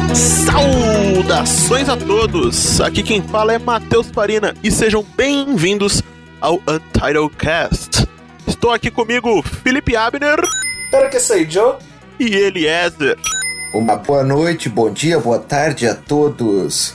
Saudações a todos! Aqui quem fala é Matheus Farina e sejam bem-vindos ao Untitled Cast. Estou aqui comigo, Felipe Abner. Espero que seja Joe. E Eliezer. Uma boa noite, bom dia, boa tarde a todos.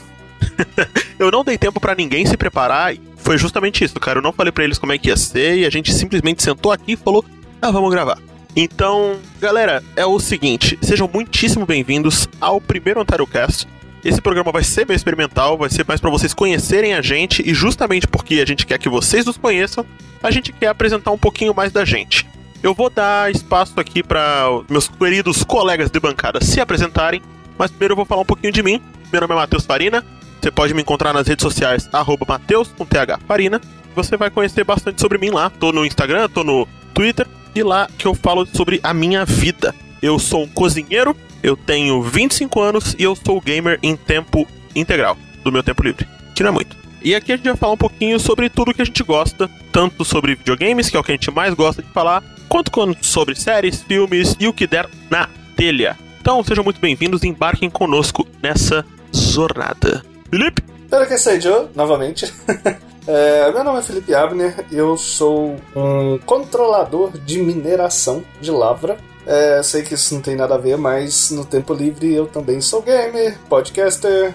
Eu não dei tempo pra ninguém se preparar e foi justamente isso, cara. Eu não falei pra eles como é que ia ser e a gente simplesmente sentou aqui e falou, vamos gravar. Então, galera, é o seguinte, sejam muitíssimo bem-vindos ao primeiro Untitled Cast. Esse programa vai ser bem experimental, vai ser mais pra vocês conhecerem a gente e justamente porque a gente quer que vocês nos conheçam, a gente quer apresentar um pouquinho mais da gente. Eu vou dar espaço aqui para meus queridos colegas de bancada se apresentarem, mas primeiro eu vou falar um pouquinho de mim. Meu nome é Matheus Farina, você pode me encontrar nas redes sociais, @Mateus com TH Farina. Você vai conhecer bastante sobre mim lá, tô no Instagram, tô no Twitter, e lá que eu falo sobre a minha vida. Eu sou um cozinheiro, eu tenho 25 anos e eu sou gamer em tempo integral, do meu tempo livre, que não é muito. E aqui a gente vai falar um pouquinho sobre tudo que a gente gosta, tanto sobre videogames, que é o que a gente mais gosta de falar, quanto sobre séries, filmes e o que der na telha. Então sejam muito bem-vindos e embarquem conosco nessa jornada. Felipe? Espero que seja Joe, novamente. Meu nome é Felipe Abner, eu sou um controlador de mineração de lavra. Sei que isso não tem nada a ver, mas no tempo livre eu também sou gamer, podcaster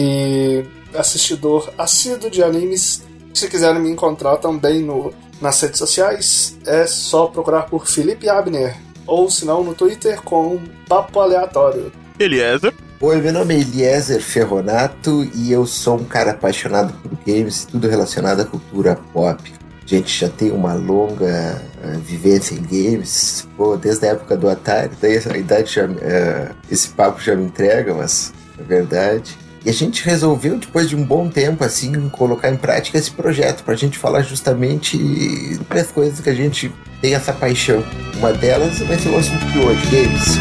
e assistidor assíduo de animes. Se quiserem me encontrar também nas redes sociais, é só procurar por Felipe Abner, ou se não no Twitter com Papo Aleatório. Eliezer? Oi, meu nome é Eliezer Ferronato e eu sou um cara apaixonado por games e tudo relacionado à cultura pop. A gente já tem uma longa vivência em games, desde a época do Atari, daí a idade já, esse papo já me entrega, mas é verdade. E a gente resolveu, depois de um bom tempo, assim, colocar em prática esse projeto, pra gente falar justamente das coisas que a gente tem essa paixão. Uma delas vai ser o assunto de hoje, games.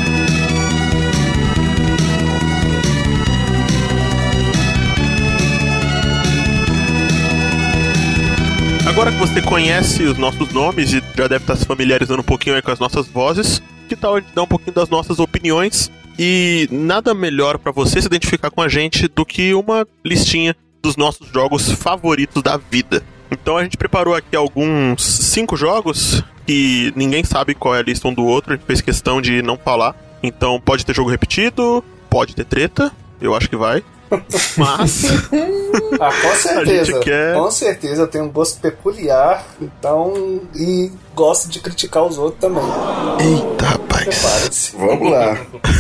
Agora que você conhece os nossos nomes e já deve estar se familiarizando um pouquinho aí com as nossas vozes, que tal a gente dar um pouquinho das nossas opiniões? E nada melhor pra você se identificar com a gente do que uma listinha dos nossos jogos favoritos da vida. Então a gente preparou aqui alguns 5 jogos que ninguém sabe qual é a lista um do outro, a gente fez questão de não falar. Então pode ter jogo repetido, pode ter treta, eu acho que vai. Mas com certeza, a gente quer... com certeza eu tenho um gosto peculiar, então, e gosto de criticar os outros também. Eita, rapaz. Prepare-se. Vamos lá.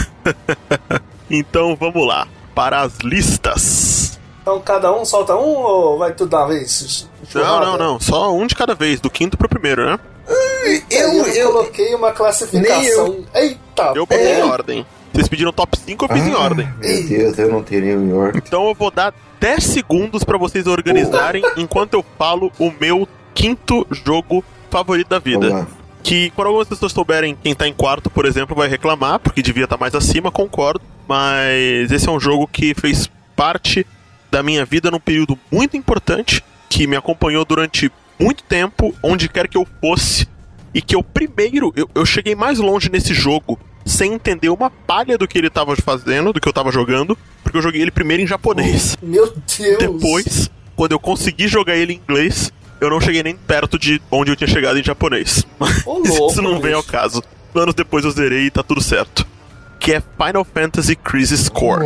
Então vamos lá, para as listas. Então cada um solta um ou vai tudo de uma vez? Não, só um de cada vez, do quinto pro primeiro, né? Eu coloquei uma classificação. Eita, eu botei em ordem. Vocês pediram top 5, eu fiz em ordem. Meu Deus, eu não tenho nenhum em ordem. Então eu vou dar 10 segundos pra vocês organizarem enquanto eu falo o meu quinto jogo favorito da vida. Que quando algumas pessoas souberem quem tá em quarto, por exemplo, vai reclamar, porque devia estar mais acima, concordo. Mas esse é um jogo que fez parte da minha vida num período muito importante, que me acompanhou durante muito tempo, onde quer que eu fosse. E que eu cheguei mais longe nesse jogo sem entender uma palha do que ele tava fazendo, do que eu tava jogando, porque eu joguei ele primeiro em japonês. Meu Deus! Depois, quando eu consegui jogar ele em inglês, eu não cheguei nem perto de onde eu tinha chegado em japonês. Mas isso não vem ao caso. Anos depois eu zerei e tá tudo certo. Que é Final Fantasy Crisis Core.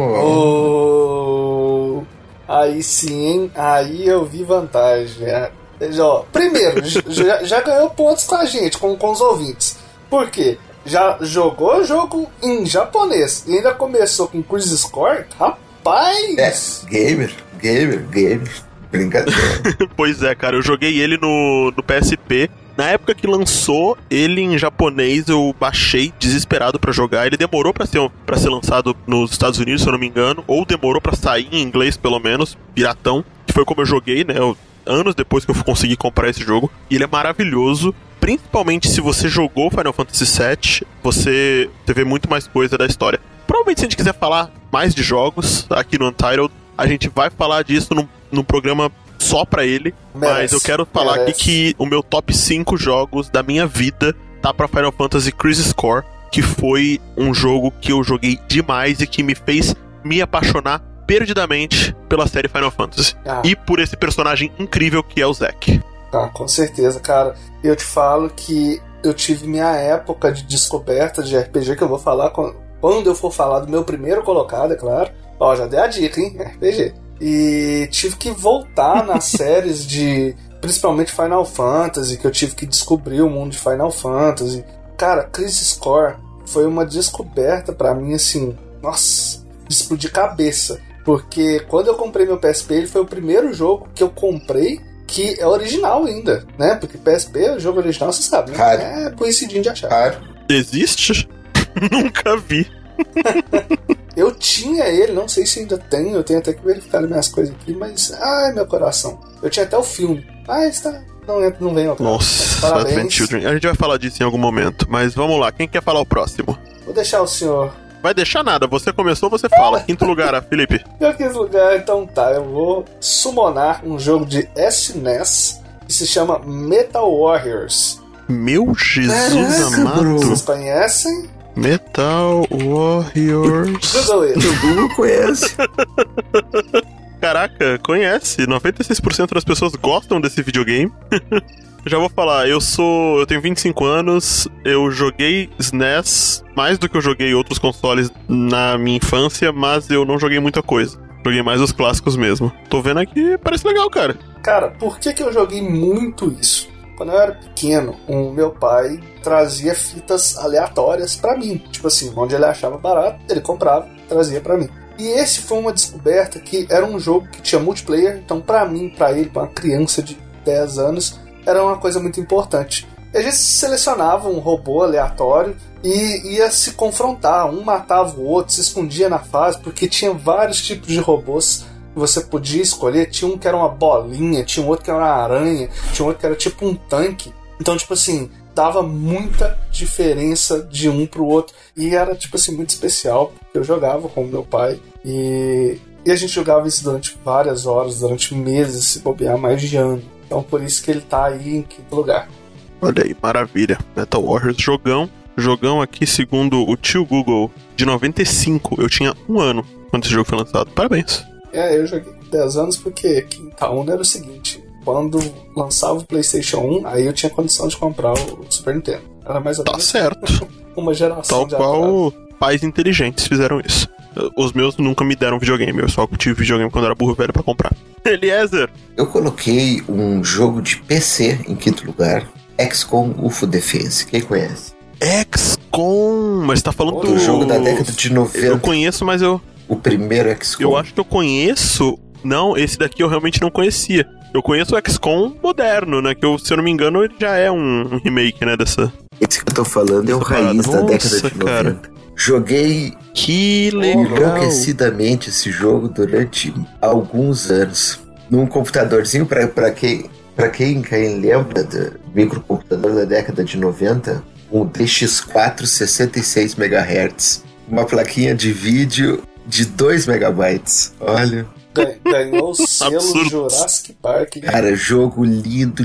Aí sim, hein? Aí eu vi vantagem. Primeiro, já ganhou pontos com a gente, com os ouvintes. Por quê? Já jogou jogo em japonês e ainda começou com Crisis Core? Rapaz! Gamer. Brincadeira. Pois é, cara, eu joguei ele no PSP. Na época que lançou ele em japonês, eu baixei desesperado pra jogar. Ele demorou pra ser lançado nos Estados Unidos, se eu não me engano, ou demorou pra sair em inglês, pelo menos, piratão, que foi como eu joguei, né? Anos depois que eu consegui comprar esse jogo. E ele é maravilhoso. Principalmente se você jogou Final Fantasy VII, você vê muito mais coisa da história. Provavelmente se a gente quiser falar mais de jogos aqui no Untitled, a gente vai falar disso num programa só pra ele. Mas eu quero falar aqui que o meu top 5 jogos da minha vida tá pra Final Fantasy Crisis Core, que foi um jogo que eu joguei demais e que me fez me apaixonar perdidamente pela série Final Fantasy. E por esse personagem incrível que é o Zack. Com certeza, cara. Eu te falo que eu tive minha época de descoberta de RPG, que eu vou falar quando eu for falar do meu primeiro colocado, é claro. Ó, já dei a dica, hein? RPG. E tive que voltar nas séries de... principalmente Final Fantasy, que eu tive que descobrir o mundo de Final Fantasy. Cara, Crisis Core foi uma descoberta pra mim, assim... Nossa, de explodir cabeça. Porque quando eu comprei meu PSP, ele foi o primeiro jogo que eu comprei que é original ainda, né? Porque PSP, o jogo original, você sabe, né? Claro. É coincidinho de achar. Claro. Existe? Nunca vi. Eu tinha ele, não sei se ainda tenho, eu tenho até que verificar as minhas coisas aqui, mas... Ai, meu coração. Eu tinha até o filme. Mas tá... Não vem ao caso. Nossa, Advent Children. A gente vai falar disso em algum momento, mas vamos lá. Quem quer falar o próximo? Vou deixar o senhor... Vai deixar nada, você começou, você fala. Quinto lugar, Felipe. Meu quinto lugar, então tá, eu vou summonar um jogo de SNES que se chama Metal Warriors. Meu Jesus amado. Vocês conhecem? Metal Warriors. Google it. O Google conhece. Caraca, conhece. 96% das pessoas gostam desse videogame. Já vou falar, eu tenho 25 anos, eu joguei SNES mais do que eu joguei outros consoles na minha infância, mas eu não joguei muita coisa. Joguei mais os clássicos mesmo. Tô vendo aqui, parece legal, cara. Cara, por que eu joguei muito isso? Quando eu era pequeno, o meu pai trazia fitas aleatórias pra mim. Tipo assim, onde ele achava barato, ele comprava, trazia pra mim. E esse foi uma descoberta que era um jogo que tinha multiplayer, então pra mim, pra ele, pra uma criança de 10 anos... era uma coisa muito importante. E a gente selecionava um robô aleatório e ia se confrontar. Um matava o outro, se escondia na fase, porque tinha vários tipos de robôs que você podia escolher. Tinha um que era uma bolinha, tinha um outro que era uma aranha, tinha um outro que era tipo um tanque. Então, tipo assim, dava muita diferença de um pro outro. E era, tipo assim, muito especial, porque eu jogava com o meu pai e a gente jogava isso durante várias horas, durante meses, se bobear mais de ano. Então por isso que ele tá aí em quinto lugar. Olha aí, maravilha. Metal Warriors, jogão aqui, segundo o tio Google, de 95. Eu tinha 1 ano quando esse jogo foi lançado. Parabéns. Eu joguei 10 anos porque quinta onda era o seguinte: quando lançava o PlayStation 1, aí eu tinha condição de comprar o Super Nintendo. Era mais ou menos certo. Uma geração tal qual pais inteligentes fizeram isso. Os meus nunca me deram videogame, eu só tive videogame quando era burro velho pra comprar. Eliezer! Eu coloquei um jogo de PC em quinto lugar, XCOM UFO Defense. Quem conhece? XCOM! Mas tá falando do jogo da década de 90. Eu conheço, mas eu... O primeiro XCOM. Eu acho que eu conheço... Não, esse daqui eu realmente não conhecia. Eu conheço o XCOM moderno, né? Que eu, se eu não me engano, ele já é um remake, né? Dessa... Esse que eu tô falando é o raiz da década de 90. Cara. Joguei que legal. Enlouquecidamente esse jogo durante alguns anos. Num computadorzinho, pra quem lembra do microcomputador da década de 90, um DX4 66 MHz. Uma plaquinha de vídeo de 2 MB. Olha. Ganhou o selo Jurassic Park. Cara, jogo lindo.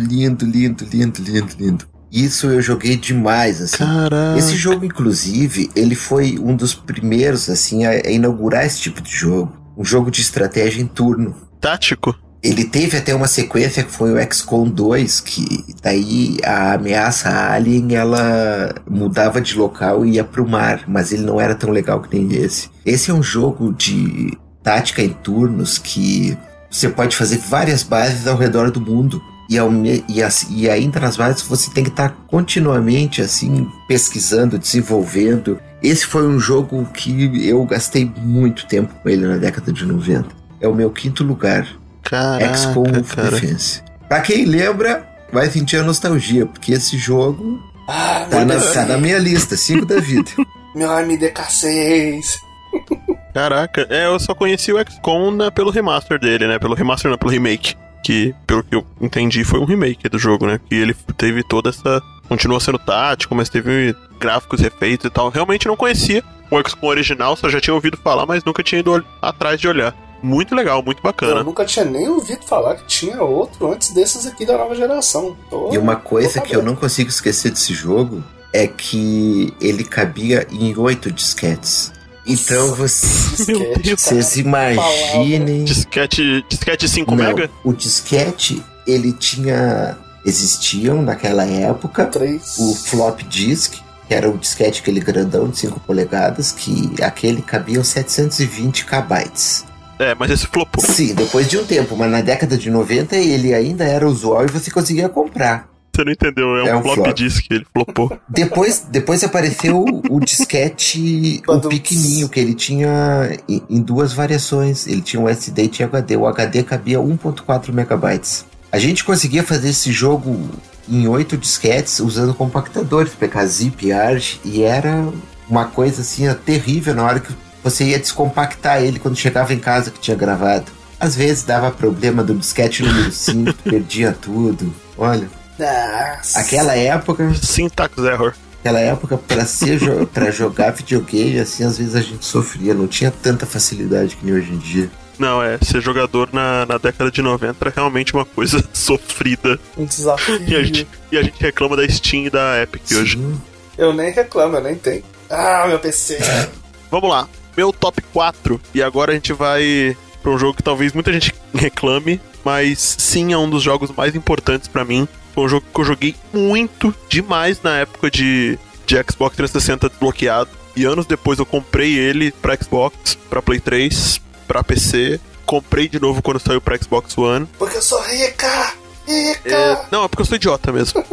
Isso eu joguei demais, assim. Caraca. Esse jogo, inclusive, ele foi um dos primeiros, assim, a inaugurar esse tipo de jogo. Um jogo de estratégia em turno. Tático? Ele teve até uma sequência que foi o XCOM 2, que daí a ameaça alien, ela mudava de local e ia pro mar, mas ele não era tão legal que nem esse. Esse é um jogo de tática em turnos que você pode fazer várias bases ao redor do mundo. E ainda nas bases você tem que estar continuamente assim, pesquisando, desenvolvendo. Esse foi um jogo que eu gastei muito tempo com ele na década de 90. É o meu quinto lugar. Caraca, XCOM UFO Defense. Pra quem lembra, vai sentir a nostalgia, porque esse jogo tá na minha lista, 5 da vida. Meu MDK6. Caraca, eu só conheci o XCOM pelo remaster dele, né? Pelo remaster, não, pelo remake. Que, pelo que eu entendi, foi um remake do jogo, né? Que ele teve toda essa... Continua sendo tático, mas teve gráficos refeitos e tal. Realmente não conhecia o XCOM original, só já tinha ouvido falar, mas nunca tinha ido atrás de olhar. Muito legal, muito bacana. Eu nunca tinha nem ouvido falar que tinha outro antes desses aqui da nova geração. E uma coisa que eu não consigo esquecer desse jogo é que ele cabia em 8 disquetes. Então vocês imaginem... Disquete 5 mega? O disquete, ele tinha... Existiam naquela época 3. o flop disk, que era o disquete aquele grandão de 5 polegadas, que aquele cabia 720 KB. Mas esse flopou. Sim, depois de um tempo, mas na década de 90 ele ainda era usual e você conseguia comprar. Você não entendeu, é um flop disk, ele flopou. Depois apareceu o disquete, o pequenininho, que ele tinha em 2 variações. Ele tinha o SD e tinha HD. O HD cabia 1.4 megabytes. A gente conseguia fazer esse jogo em 8 disquetes usando compactadores, pegar zip, ARG, e era uma coisa assim terrível na hora que você ia descompactar ele quando chegava em casa que tinha gravado. Às vezes dava problema do disquete número 5, perdia tudo. Olha, aquela época... Syntax error. Aquela época, pra jogar videogame, assim, às vezes a gente sofria, não tinha tanta facilidade que nem hoje em dia. Não, ser jogador na década de 90 era realmente uma coisa sofrida. Um desafio. E a gente reclama da Steam e da Epic hoje. Eu nem reclamo, eu nem tenho. Meu PC. Vamos lá, meu top 4. E agora a gente vai pra um jogo que talvez muita gente reclame, mas sim é um dos jogos mais importantes pra mim. Foi um jogo que eu joguei muito demais na época de Xbox 360 desbloqueado. E anos depois eu comprei ele pra Xbox, pra Play 3, pra PC. Comprei de novo quando saiu pra Xbox One. Porque eu sou rica! Não, é porque eu sou idiota mesmo.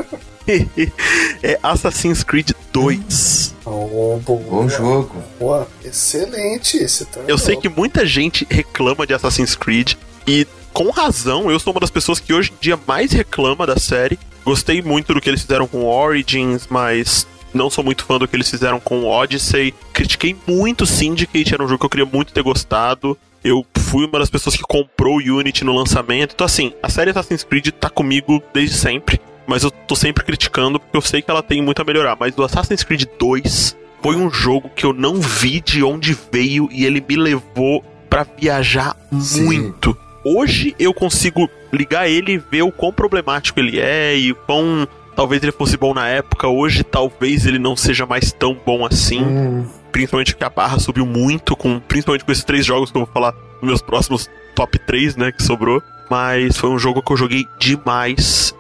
É Assassin's Creed 2. Bom jogo. Boa, excelente esse também. Eu sei que muita gente reclama de Assassin's Creed e com razão, eu sou uma das pessoas que hoje em dia mais reclama da série. Gostei muito do que eles fizeram com Origins, mas não sou muito fã do que eles fizeram com Odyssey. Critiquei muito Syndicate, era um jogo que eu queria muito ter gostado. Eu fui uma das pessoas que comprou o Unity no lançamento. Então assim, a série Assassin's Creed tá comigo desde sempre, mas eu tô sempre criticando porque eu sei que ela tem muito a melhorar. Mas o Assassin's Creed 2 foi um jogo que eu não vi de onde veio e ele me levou pra viajar muito. Hoje eu consigo ligar ele e ver o quão problemático ele é e o quão talvez ele fosse bom na época. Hoje talvez ele não seja mais tão bom assim. Principalmente porque a barra subiu muito, principalmente com esses 3 jogos que eu vou falar nos meus próximos top 3, né, que sobrou. Mas foi um jogo que eu joguei demais.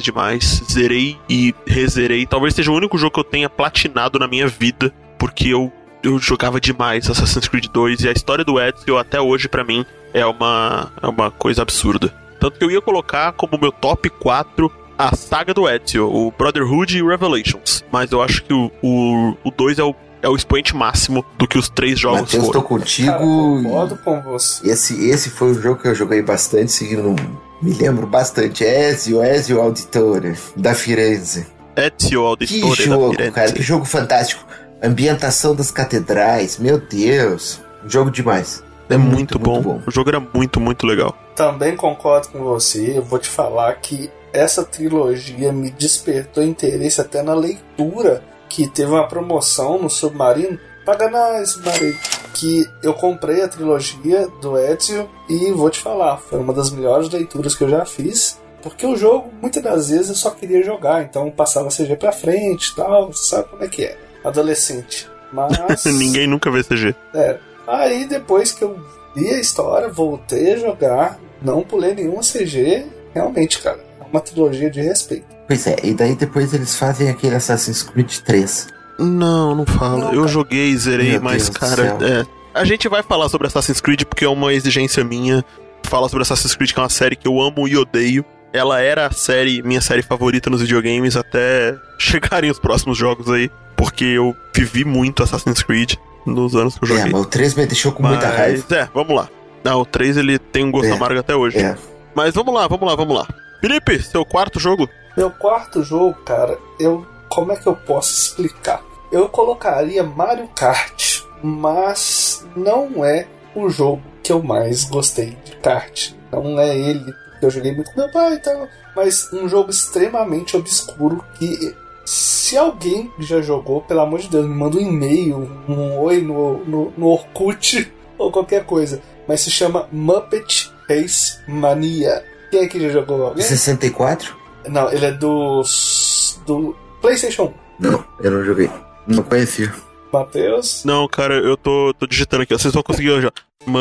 Zerei e rezerei. Talvez seja o único jogo que eu tenha platinado na minha vida, porque eu jogava demais Assassin's Creed 2. E a história do Ezio até hoje pra mim é uma coisa absurda. Tanto que eu ia colocar como meu top 4 a saga do Ezio, o Brotherhood e o Revelations. Mas eu acho que o 2 é o expoente máximo do que os 3 jogos Mateus, foram. Tô contigo. Cara, concordo com você. Esse foi um jogo que eu joguei bastante, seguindo. Me lembro bastante. Ezio Auditore, da Firenze. Ezio Auditore, que jogo, da Firenze. cara, que jogo fantástico. Ambientação das catedrais, meu Deus. Um jogo demais. É muito bom. O jogo era muito legal. Também concordo com você. Eu vou te falar que essa trilogia me despertou interesse até na leitura, que teve uma promoção no Submarino. Paga nós, Submarino. Que eu comprei a trilogia do Ezio e vou te falar, foi uma das melhores leituras que eu já fiz. Porque o jogo, muitas das vezes, eu só queria jogar, então passava CG pra frente e tal, você sabe como é que é. Adolescente. Mas... Ninguém nunca vê CG. Aí depois que eu li a história, voltei a jogar, não pulei nenhuma CG, realmente, cara, é uma trilogia de respeito. Pois é, e daí depois eles fazem aquele Assassin's Creed 3. Não fala. Eu joguei, zerei, mas, cara, a gente vai falar sobre Assassin's Creed porque é uma exigência minha. Fala sobre Assassin's Creed, que é uma série que eu amo e odeio. Ela era minha série favorita nos videogames até chegarem os próximos jogos aí, porque eu vivi muito Assassin's Creed nos anos que eu joguei. Mas o 3 me deixou com muita raiva. Vamos lá. O 3 ele tem um gosto amargo até hoje. Mas vamos lá. Felipe, seu quarto jogo? Meu quarto jogo, cara, como é que eu posso explicar? Eu colocaria Mario Kart, mas não é o jogo que eu mais gostei de kart. Não é ele. Eu joguei muito com meu pai e tal, mas um jogo extremamente obscuro que, se alguém já jogou, pelo amor de Deus, me manda um e-mail, um oi no Orkut ou qualquer coisa, mas se chama Muppet Race Mania. Quem aqui já jogou? Alguém? 64? Não, ele é do PlayStation 1. Não, eu não joguei. Não conhecia. Matheus? Não, cara, eu tô digitando aqui. Vocês vão conseguir hoje, ó.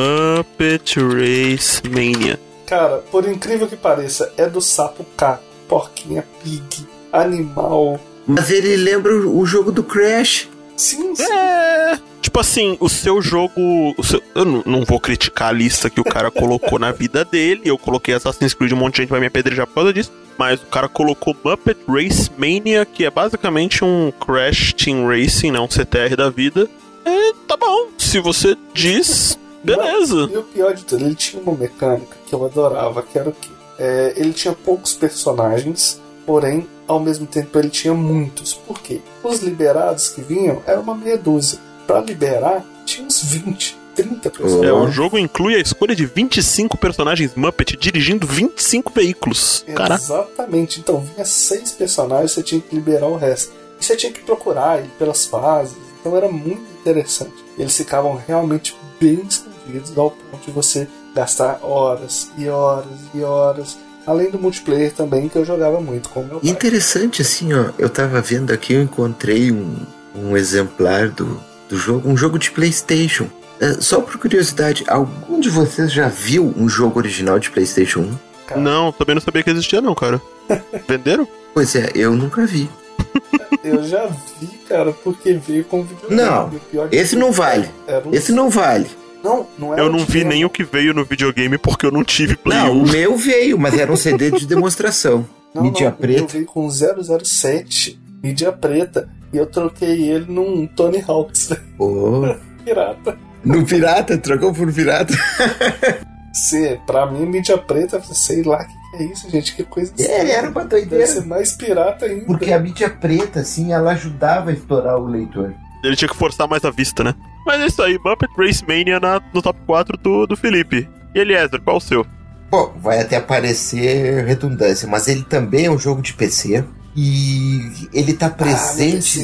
Muppet Race Mania. Cara, por incrível que pareça, é do sapo K, porquinha pig, animal. Mas ele lembra o jogo do Crash. Sim. Tipo assim, o seu jogo... eu não vou criticar a lista que o cara colocou na vida dele. Eu coloquei Assassin's Creed, um monte de gente vai me apedrejar por causa disso. Mas o cara colocou Muppet Race Mania, que é basicamente um Crash Team Racing, né? Um CTR da vida. Tá bom, se você diz, beleza. E o pior de tudo, ele tinha uma mecânica que eu adorava, que era o quê? Ele tinha poucos personagens, porém, ao mesmo tempo ele tinha muitos. Por quê? Os liberados que vinham era uma meia dúzia. Pra liberar, tinha uns 20, 30 personagens. O jogo inclui a escolha de 25 personagens Muppet dirigindo 25 veículos. Caraca. Exatamente. Então vinha 6 personagens, você tinha que liberar o resto. E você tinha que procurar ele pelas fases. Então era muito interessante. Eles ficavam realmente bem escondidos, ao ponto de você gastar horas e horas e horas. Além do multiplayer também, que eu jogava muito com o meu pai. Interessante, assim, ó. Eu tava vendo aqui, eu encontrei um exemplar do jogo, um jogo de PlayStation. Só por curiosidade, algum de vocês já viu um jogo original de PlayStation 1? Cara. Não, também não sabia que existia não, cara. Venderam? Pois é, eu nunca vi. Eu já vi, cara, porque veio com videogame. Não, esse não vale. Esse não vale. Não era eu não vi nem o que veio no videogame porque eu não tive Play 1. Não, o meu veio, mas era um CD de demonstração. Mídia preta. Eu veio com 007, mídia preta, e eu troquei ele num Tony Hawk's. Oh. Pirata. No pirata? Trocou por pirata? Sim, pra mim, mídia preta, sei lá, que é isso, gente? Que coisa estranha. Era uma doideira. Deve ser mais pirata ainda. Porque a mídia preta, assim, ela ajudava a estourar o leitor. Ele tinha que forçar mais a vista, né? Mas é isso aí, Muppet Race Mania no top 4 do Felipe. E Eliezer, qual o seu? Bom, vai até parecer redundância, mas ele também é um jogo de PC. E ele tá presente,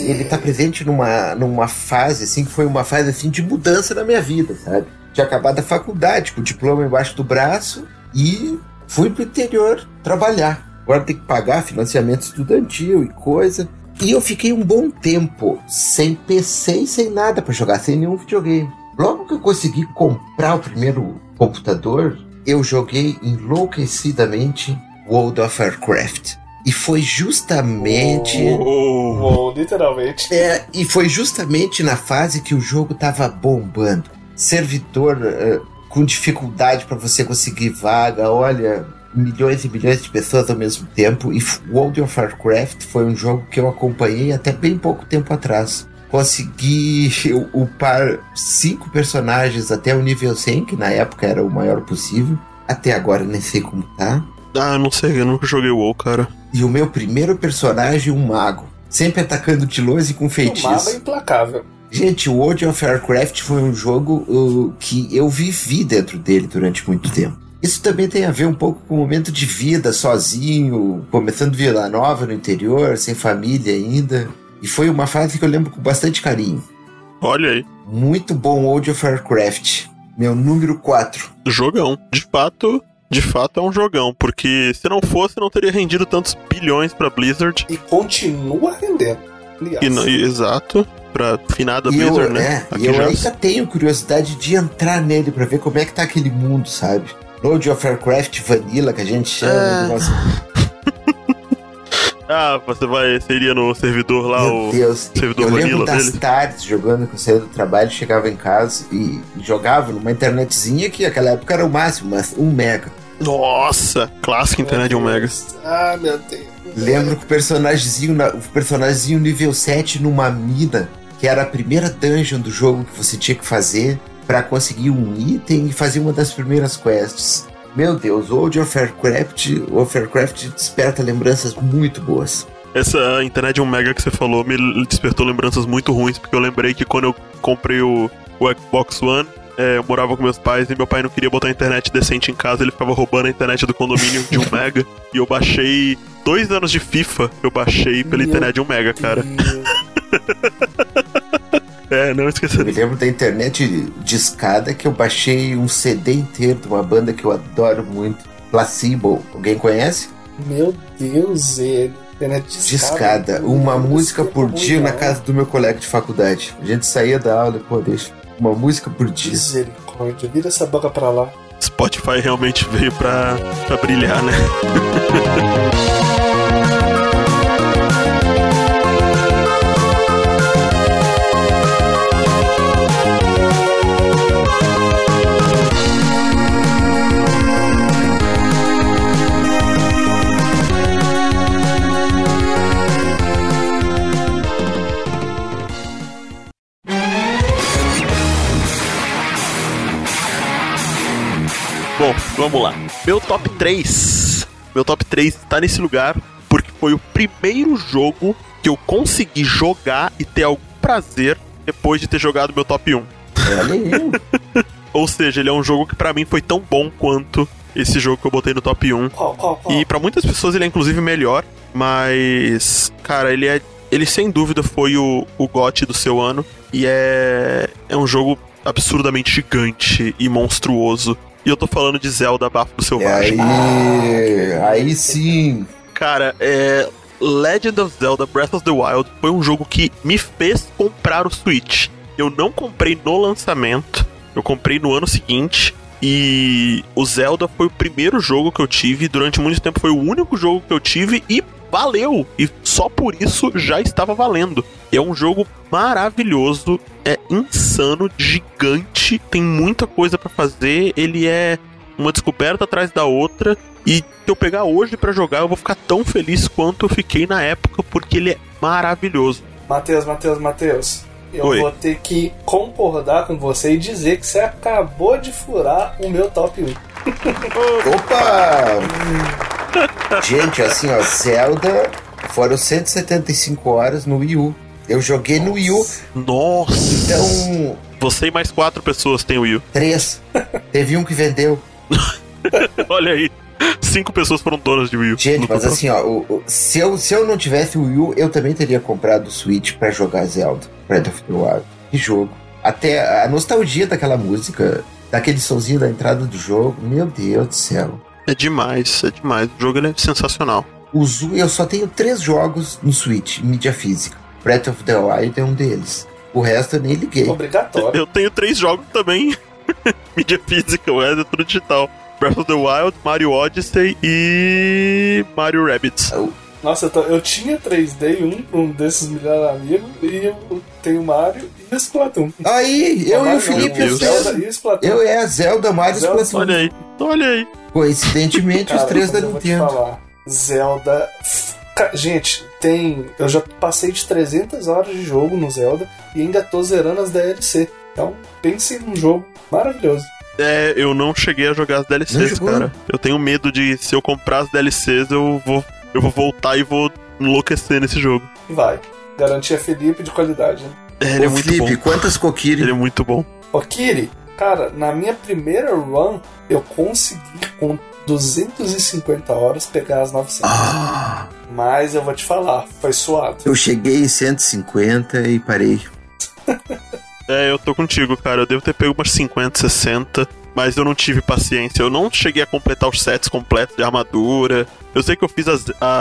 numa fase, assim, que foi uma fase, assim, de mudança na minha vida, sabe? Tinha acabado a faculdade, com o diploma embaixo do braço, e fui pro interior trabalhar. Agora tem que pagar financiamento estudantil e coisa. E eu fiquei um bom tempo sem PC e sem nada pra jogar, sem nenhum videogame. Logo que eu consegui comprar o primeiro computador, eu joguei enlouquecidamente World of Warcraft. E foi justamente... literalmente. E foi justamente na fase que o jogo tava bombando. Servidor com dificuldade para você conseguir vaga, olha... milhões e milhões de pessoas ao mesmo tempo. E World of Warcraft foi um jogo que eu acompanhei até bem pouco tempo atrás. Consegui upar 5 personagens até o nível 100, que na época era o maior possível. Até agora nem sei como tá. Não sei, eu nunca joguei WoW, cara. E o meu primeiro personagem, um mago. Sempre atacando de longe com feitiço. O mago é implacável. Gente, o World of Warcraft foi um jogo que eu vivi dentro dele durante muito tempo. Isso também tem a ver um pouco com o momento de vida, sozinho, começando Vila Nova no interior, sem família ainda. E foi uma fase que eu lembro com bastante carinho. Olha aí. Muito bom World of Warcraft. Meu número 4. Jogão. De fato é um jogão, porque se não fosse, não teria rendido tantos bilhões pra Blizzard. E continua rendendo. Exato. Pra finada Blizzard, né? E eu ainda tenho curiosidade de entrar nele pra ver como é que tá aquele mundo, sabe? World of Warcraft Vanilla, que a gente chama. Você iria no servidor lá, Meu Deus, servidor eu Vanilla lembro das dele? tardes jogando, com saída do trabalho, chegava em casa e jogava numa internetzinha que naquela época era o máximo, mas 1 mega. Nossa, clássica internet de 1 mega. Meu Deus. Lembro que o personagemzinho nível 7 numa mina, que era a primeira dungeon do jogo que você tinha que fazer pra conseguir um item e fazer uma das primeiras quests. Meu Deus, World of Warcraft desperta lembranças muito boas. Essa internet de 1 mega que você falou me despertou lembranças muito ruins, porque eu lembrei que quando eu comprei o Xbox One, eu morava com meus pais e meu pai não queria botar internet decente em casa, ele ficava roubando a internet do condomínio de 1 mega, e eu baixei 2 anos de FIFA, eu baixei pela internet de 1 mega, cara. Não esqueça. Eu me lembro da internet de escada que eu baixei um CD inteiro de uma banda que eu adoro muito, Placebo. Alguém conhece? Meu Deus, ele Discada. Uma música por dia na casa do meu colega de faculdade. A gente saía da aula e, pô, deixa. Uma música por dia. Misericórdia, vira essa boca pra lá. Spotify realmente veio pra brilhar, né? Bom, vamos lá. Meu top 3 tá nesse lugar porque foi o primeiro jogo que eu consegui jogar e ter algum prazer depois de ter jogado meu top 1. Ou seja, ele é um jogo que pra mim foi tão bom quanto esse jogo que eu botei no top 1. Qual? E pra muitas pessoas ele é inclusive melhor, mas, cara, ele sem dúvida foi o GOTY do seu ano. E é um jogo absurdamente gigante e monstruoso. E eu tô falando de Zelda Bafo do Selvagem. Aí sim. Cara, Legend of Zelda Breath of the Wild foi um jogo que me fez comprar o Switch. Eu não comprei no lançamento, eu comprei no ano seguinte. E o Zelda foi o primeiro jogo que eu tive. Durante muito tempo foi o único jogo que eu tive e valeu! E só por isso já estava valendo. É um jogo maravilhoso, é insano, gigante, tem muita coisa pra fazer, ele é uma descoberta atrás da outra, e se eu pegar hoje pra jogar eu vou ficar tão feliz quanto eu fiquei na época, porque ele é maravilhoso. Matheus, eu vou ter que concordar com você e dizer que você acabou de furar o meu top 1. Opa! Gente, assim, ó, Zelda foram 175 horas no Wii U. Eu joguei no Wii U. Nossa! Então... Você e mais 4 pessoas têm o Wii U. 3. Teve um que vendeu. Olha aí. 5 pessoas foram donas de Wii U. Gente, mas assim, ó, se eu não tivesse o Wii U, eu também teria comprado o Switch pra jogar Zelda Breath of the Wild. Que jogo. Até a nostalgia daquela música, daquele sonzinho da entrada do jogo, meu Deus do céu. É demais. O jogo ele é sensacional. Eu só tenho 3 jogos no Switch, em mídia física. Breath of the Wild é um deles. O resto eu nem liguei. Obrigatório. Eu tenho 3 jogos também. Mídia física, o resto é tudo digital. Breath of the Wild, Mario Odyssey e Mario Rabbids. Nossa, eu tinha 3D, um desses melhores amigos, e eu tenho Mario e o Splatoon. Aí, eu e o Felipe, eu é a Zelda, Mario e Splatoon. Olha aí. Coincidentemente, cara, os 3 da eu vou Nintendo. te falar. Zelda... Gente, eu já passei de 300 horas de jogo no Zelda e ainda tô zerando as DLC. Então, pense num jogo maravilhoso. Eu não cheguei a jogar as DLCs, cara. Eu tenho medo de, se eu comprar as DLCs, eu vou voltar e vou enlouquecer nesse jogo. Vai. Garantia Felipe de qualidade, né? Ele é muito Felipe, bom. Quantas Kokiri? Ele é muito bom. Kokiri, cara, na minha primeira run, eu consegui com 250 horas pegar as 900. Mas eu vou te falar, foi suado. Eu cheguei em 150 e parei. Eu tô contigo, cara. Eu devo ter pego umas 50, 60. Mas eu não tive paciência. Eu não cheguei a completar os sets completos de armadura. Eu sei que eu fiz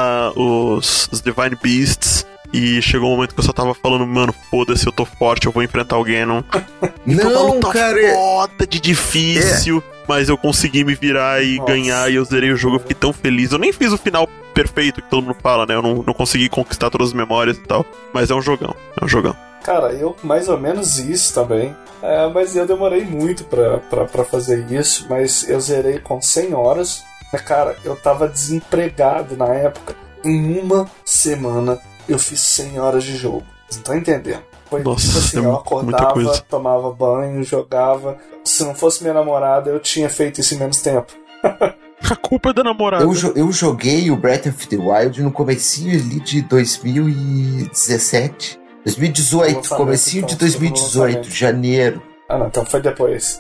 os Divine Beasts. E chegou um momento que eu só tava falando, mano, foda-se, eu tô forte, eu vou enfrentar o Ganon. Foi uma luta foda de difícil. Mas eu consegui me virar e ganhar. E eu zerei o jogo, eu fiquei tão feliz. Eu nem fiz o final perfeito que todo mundo fala, né? Eu não consegui conquistar todas as memórias e tal. Mas é um jogão. Cara, eu mais ou menos isso também. Mas eu demorei muito pra fazer isso. Mas eu zerei com 100 horas. Cara, eu tava desempregado na época. Em uma semana eu fiz 100 horas de jogo. Vocês não estão entendendo? Foi tipo assim, eu acordava, tomava banho, jogava. Se não fosse minha namorada, eu tinha feito isso em menos tempo. A culpa é da namorada. Eu joguei o Breath of the Wild no comecinho ali de 2017. 2018, comecinho de 2018, janeiro. Ah, não, então foi depois.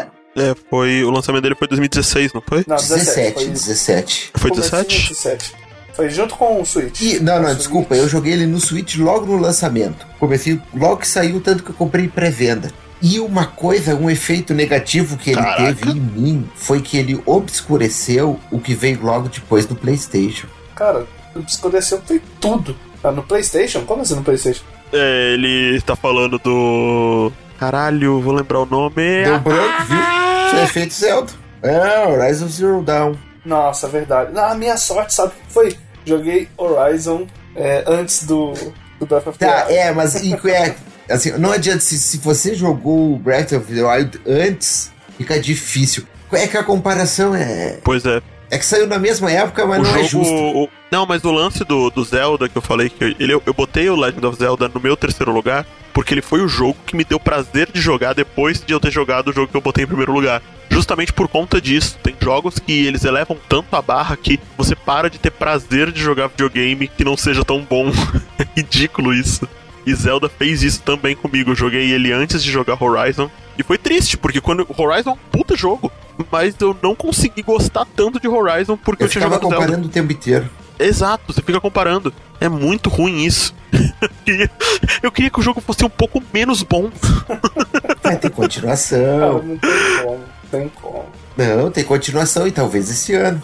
O lançamento dele foi 2016, não foi? Não, 17. Foi 17? 17. Foi junto com o Switch. Desculpa, eu joguei ele no Switch logo no lançamento. Comecei logo que saiu, tanto que eu comprei pré-venda. E um efeito negativo que ele teve em mim foi que ele obscureceu o que veio logo depois do PlayStation. Cara, escureceu foi tudo. No PlayStation? Como assim no PlayStation? Ele tá falando do... Caralho, vou lembrar o nome. Deu branco, viu? Isso é efeito Zelda. Horizon Zero Dawn. Nossa, verdade. A minha sorte, sabe o que foi? Joguei Horizon antes do Breath of the Wild. Mas assim, não adianta, se você jogou o Breath of the Wild antes, fica difícil. É que a comparação é... Pois é. É que saiu na mesma época, mas não é justo. Não, mas o lance do Zelda que eu falei, que eu botei o Legend of Zelda no meu terceiro lugar, porque ele foi o jogo que me deu prazer de jogar depois de eu ter jogado o jogo que eu botei em primeiro lugar. Justamente por conta disso. Tem jogos que eles elevam tanto a barra que você para de ter prazer de jogar videogame que não seja tão bom. É ridículo isso. E Zelda fez isso também comigo. Eu joguei ele antes de jogar Horizon. E foi triste, porque quando Horizon é um puta jogo, mas eu não consegui gostar tanto de Horizon porque eu tinha jogado Zelda. Eu ficava comparando o tempo inteiro. Exato, você fica comparando. É muito ruim isso. Eu queria que o jogo fosse um pouco menos bom. Vai ter continuação. Não tem como. Não, tem continuação e talvez esse ano.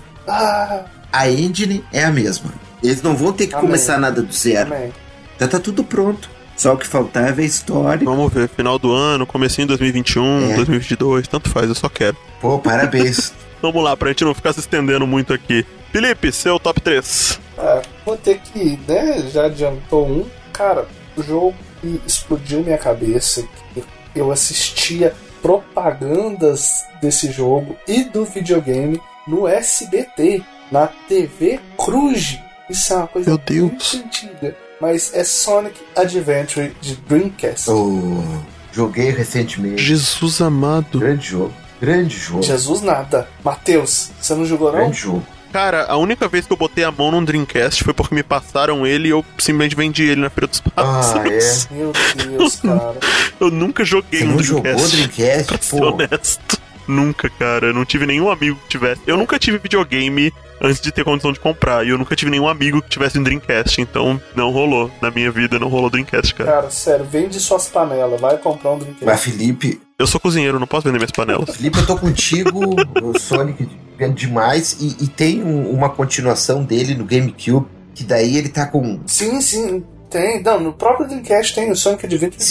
A engine é a mesma. Eles não vão ter que começar nada do zero. Já tá tudo pronto. Só o que faltava é a história. Vamos ver, final do ano, comecinho de 2021, 2022, tanto faz, eu só quero. Pô, parabéns. Vamos lá, pra gente não ficar se estendendo muito aqui. Felipe, seu top 3. Vou ter que, né, já adiantou um. Cara, o jogo que explodiu minha cabeça, que eu assistia propagandas desse jogo e do videogame no SBT, na TV Cruz. Isso é uma coisa muito antiga. Mas é Sonic Adventure de Dreamcast. Joguei recentemente. Jesus amado. Grande jogo. Jesus nada. Matheus, você não jogou não? Grande jogo. Cara, a única vez que eu botei a mão num Dreamcast foi porque me passaram ele e eu simplesmente vendi ele na Feira dos Passos. Meu Deus, cara. Eu nunca joguei um Dreamcast. Você não jogou Dreamcast? Pra ser honesto. Nunca, cara. Eu não tive nenhum amigo que tivesse. Eu nunca tive videogame antes de ter condição de comprar. E eu nunca tive nenhum amigo que tivesse um Dreamcast. Então, não rolou. Na minha vida, não rolou Dreamcast, cara. Cara, sério, vende suas panelas. Vai comprar um Dreamcast. Mas, Felipe... Eu sou cozinheiro, não posso vender minhas panelas. Felipe, eu tô contigo. O Sonic é demais. E tem uma continuação dele no GameCube. Que daí ele tá com... Sim. Tem. Não, no próprio Dreamcast tem o Sonic Adventure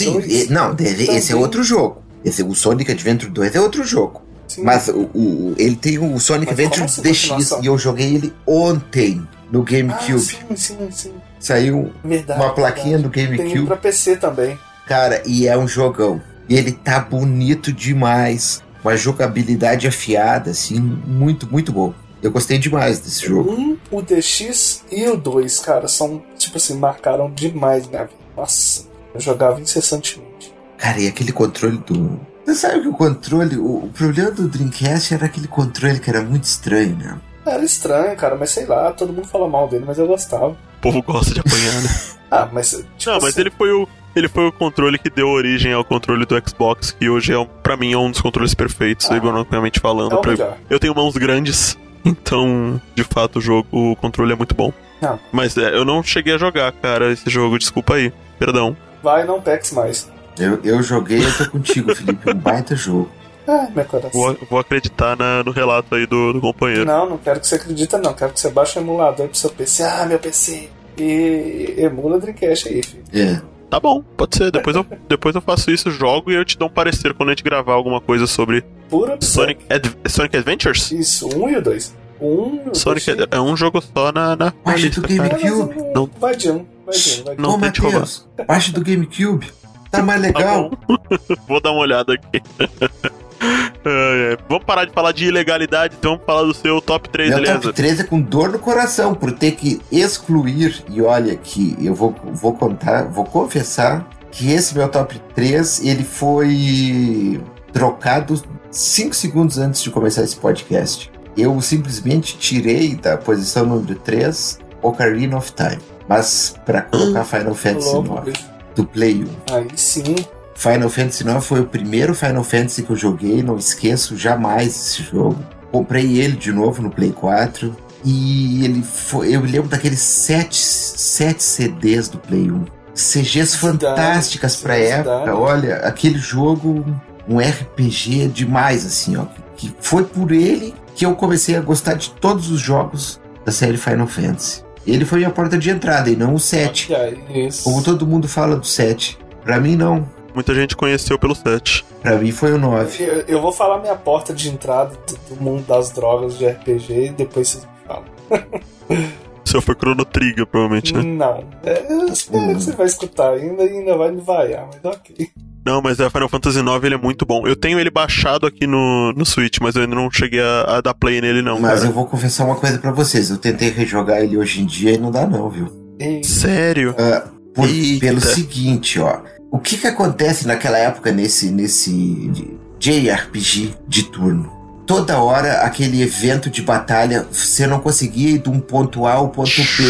2. Esse é outro jogo. O Sonic Adventure 2 é outro jogo. Sim. Mas ele tem o Sonic Adventure DX e eu joguei ele ontem no GameCube. Sim. Saiu uma plaquinha do GameCube. Tem pra PC também. Cara, e é um jogão. E ele tá bonito demais. Uma jogabilidade afiada, assim, muito, muito bom. Eu gostei demais desse jogo. O DX e o 2, cara, são, tipo assim, marcaram demais minha vida. Nossa, eu jogava incessantemente. Cara, e aquele controle do... Você sabe que o controle... O problema do Dreamcast era aquele controle que era muito estranho, né? Era estranho, cara, mas sei lá, todo mundo fala mal dele, mas eu gostava. O povo gosta de apanhar, né? Mas... Tipo não, mas assim... ele foi o controle que deu origem ao controle do Xbox, que hoje, pra mim, é um dos controles perfeitos, ergonomicamente falando. Eu tenho mãos grandes, então, de fato, o controle é muito bom. Não. Mas eu não cheguei a jogar, cara, esse jogo, desculpa aí, perdão. Vai, não peques mais. Eu joguei, eu tô contigo, Felipe, um baita jogo. Meu coração. Vou acreditar no relato aí do companheiro. Não quero que você acredita não, quero que você baixe o emulador pro seu PC. Meu PC! E emula o Dreamcast aí, filho. Tá bom, pode ser. Depois eu faço isso, jogo e eu te dou um parecer quando a gente gravar alguma coisa sobre Sonic Adventures? Isso, 1 e o 2. Sonic é um jogo só na Baixa do GameCube. Vai de um. Não, Matheus, baixa do GameCube. Tá mais legal. Tá vou dar uma olhada aqui. Vamos parar de falar de ilegalidade, então vamos falar do seu top 3, beleza? Meu top 3 é com dor no coração, por ter que excluir, e olha que eu vou confessar que esse meu top 3, ele foi trocado 5 segundos antes de começar esse podcast. Eu simplesmente tirei da posição número 3 Ocarina of Time, mas pra colocar Final Fantasy IX do Play 1. Aí sim. Final Fantasy IX foi o primeiro Final Fantasy que eu joguei, não esqueço jamais esse jogo. Comprei ele de novo no Play 4 e eu me lembro daqueles 7 CDs do Play 1. CGs fantásticas pra época. Olha, aquele jogo, um RPG demais, assim, ó. Que foi por ele que eu comecei a gostar de todos os jogos da série Final Fantasy. Ele foi a porta de entrada e não o 7. Isso. Como todo mundo fala do 7. Pra mim, não. Muita gente conheceu pelo 7. Pra mim foi o 9. Eu vou falar minha porta de entrada do mundo das drogas de RPG e depois vocês me falam. O seu foi Chrono Trigger, provavelmente, né? Não. Espero que você vai escutar ainda vai me vaiar, mas ok. Não, mas a Final Fantasy IX ele é muito bom. Eu tenho ele baixado aqui no Switch, mas eu ainda não cheguei a dar play nele, não. Mas cara. eu vou confessar uma coisa pra vocês. Eu tentei rejogar ele hoje em dia e não dá não, viu? Sério? Pelo seguinte, ó. O que acontece naquela época nesse JRPG de turno? Toda hora, aquele evento de batalha, você não conseguia ir de um ponto A ao ponto B.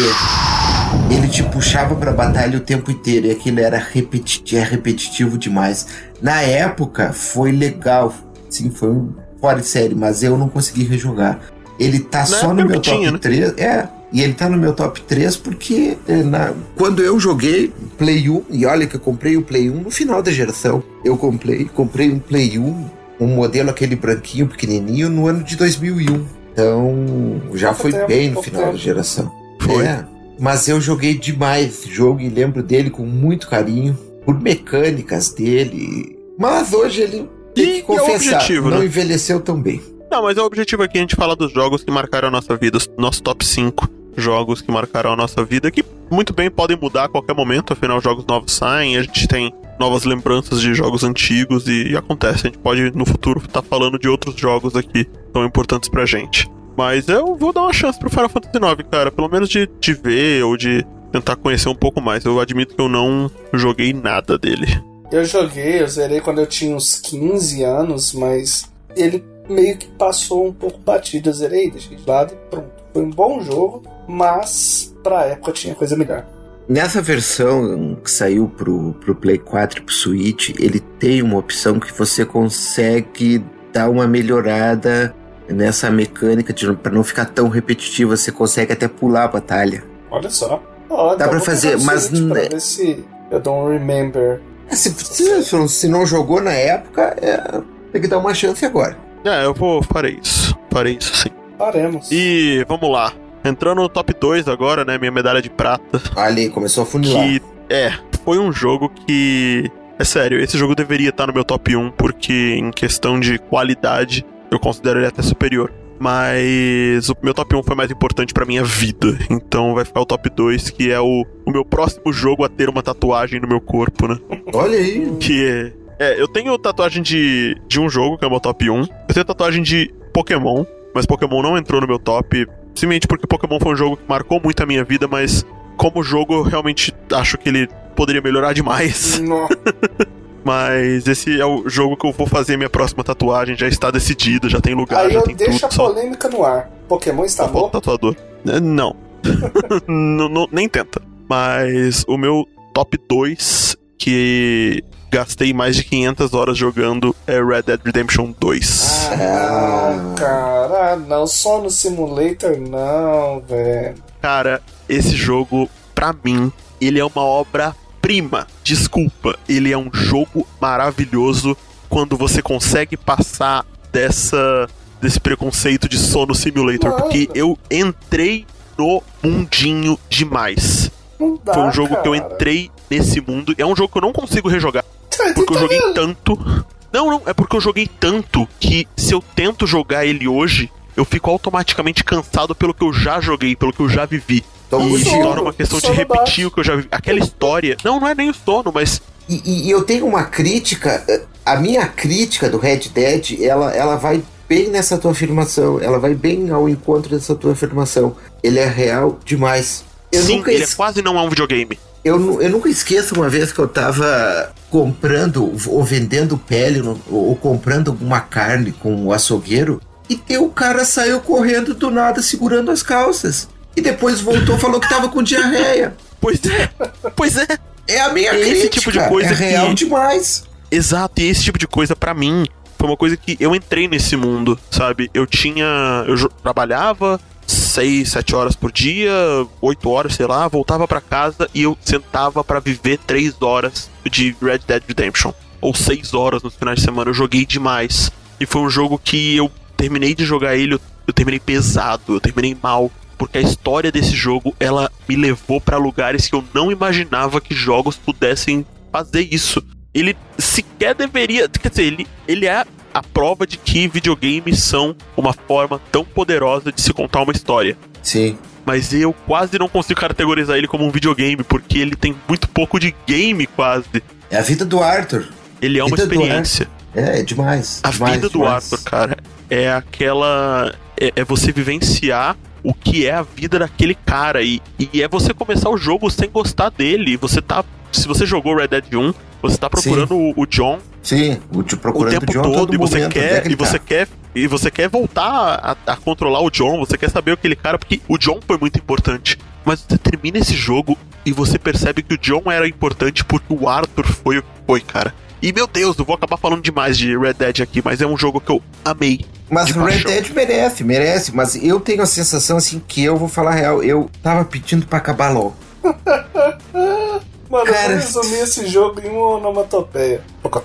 Ele te puxava pra batalha o tempo inteiro e aquilo era repetitivo demais. Na época, foi legal. Sim, foi um fora de série, mas eu não consegui rejogar. Ele tá só no meu top 3. E ele tá no meu top 3 porque quando eu joguei Play 1, e olha que eu comprei o Play 1 no final da geração. Eu comprei um Play 1, um modelo aquele branquinho, pequenininho, no ano de 2001. Então, já foi bem no final da geração. Foi. Mas eu joguei demais esse jogo e lembro dele com muito carinho, por mecânicas dele. Mas hoje ele, tem que confessar, objetivo, não né? envelheceu tão bem. Não, mas o objetivo aqui é a gente falar dos jogos que marcaram a nossa vida, nosso top 5 jogos que marcaram a nossa vida, que muito bem podem mudar a qualquer momento, afinal jogos novos saem, a gente tem novas lembranças de jogos antigos e acontece, a gente pode no futuro estar falando de outros jogos aqui tão importantes pra gente. Mas eu vou dar uma chance pro Final Fantasy IX, cara, pelo menos de ver ou de tentar conhecer um pouco mais. Eu admito que eu não joguei nada dele. Eu zerei quando eu tinha uns 15 anos, mas ele meio que passou um pouco batido. Eu zerei, deixei de lado e pronto. Foi um bom jogo, mas pra época tinha coisa melhor. Nessa versão que saiu pro Play 4 e pro Switch, ele tem uma opção que você consegue dar uma melhorada nessa mecânica pra não ficar tão repetitiva. Você consegue até pular a batalha. Olha só. Dá pra fazer, mas pra ver se eu don't remember. Se não jogou na época, tem que dar uma chance agora. Farei isso sim. Faremos. E vamos lá. Entrando no top 2 agora, né? Minha medalha de prata. Ali, começou a funilar. Foi um jogo que... É sério, esse jogo deveria estar no meu top 1, porque em questão de qualidade, eu considero ele até superior. Mas o meu top 1 foi mais importante pra minha vida. Então vai ficar o top 2, que é o meu próximo jogo a ter uma tatuagem no meu corpo, né? Olha aí. Que eu tenho tatuagem de um jogo, que é o meu top 1. Eu tenho tatuagem de Pokémon, mas Pokémon não entrou no meu top, simplesmente porque Pokémon foi um jogo que marcou muito a minha vida, mas como jogo eu realmente acho que ele poderia melhorar demais. Mas esse é o jogo que eu vou fazer minha próxima tatuagem, já está decidido, já tem lugar, aí já tem tudo. Aí eu deixo a polêmica no ar. Pokémon está morto? Tatuador. Não. não. Nem tenta. Mas o meu top 2, que gastei mais de 500 horas jogando, é Red Dead Redemption 2. Cara, não, só no Simulator não, velho. Cara, esse jogo, pra mim, ele é uma obra-prima. Desculpa, ele é um jogo maravilhoso quando você consegue passar desse preconceito de sono simulator, porque eu entrei no mundinho demais. Foi um jogo que eu entrei nesse mundo. É um jogo que eu não consigo rejogar, porque eu joguei tanto. Não, é porque eu joguei tanto que se eu tento jogar ele hoje, eu fico automaticamente cansado pelo que eu já joguei, pelo que eu já vivi. E se torna uma questão de repetir o que eu já vivi. Aquela história... Não é nem o sono, mas... E eu tenho uma crítica... A minha crítica do Red Dead, ela vai bem nessa tua afirmação. Ela vai bem ao encontro dessa tua afirmação. Ele é real demais. Sim, ele quase não é um videogame. Eu nunca esqueço uma vez que eu tava comprando ou vendendo pele ou comprando alguma carne com o açougueiro e o cara saiu correndo do nada segurando as calças. E depois voltou e falou que tava com diarreia. Pois é. É a minha crítica. Esse tipo de coisa é real demais. Exato, e esse tipo de coisa pra mim foi uma coisa que eu entrei nesse mundo, sabe? Eu trabalhava 6, 7 horas por dia, 8 horas, sei lá, voltava pra casa e eu sentava pra viver 3 horas de Red Dead Redemption. Ou 6 horas nos finais de semana, eu joguei demais. E foi um jogo que eu terminei de jogar ele, eu terminei pesado, eu terminei mal. porque a história desse jogo, ela me levou pra lugares que eu não imaginava que jogos pudessem fazer isso. Ele sequer deveria... Quer dizer, ele é a prova de que videogames são uma forma tão poderosa de se contar uma história. Sim. Mas eu quase não consigo categorizar ele como um videogame, porque ele tem muito pouco de game, quase. É a vida do Arthur. Ele é uma experiência. É demais. A vida do Arthur, cara, é aquela... É você vivenciar o que é a vida daquele cara. E é você começar o jogo sem gostar dele. Você tá... Se você jogou Red Dead 1, você tá procurando o John. Sim, procurando o tempo o John todo, e você quer voltar a controlar o John, você quer saber aquele cara, porque o John foi muito importante. Mas você termina esse jogo e você percebe que o John era importante porque o Arthur foi o que foi, cara. E, meu Deus, eu vou acabar falando demais de Red Dead aqui, mas é um jogo que eu amei. Mas o Red Dead merece, mas eu tenho a sensação, assim, que eu vou falar a real, eu tava pedindo pra acabar logo. Mano, cara, eu vou resumir esse jogo em uma onomatopeia.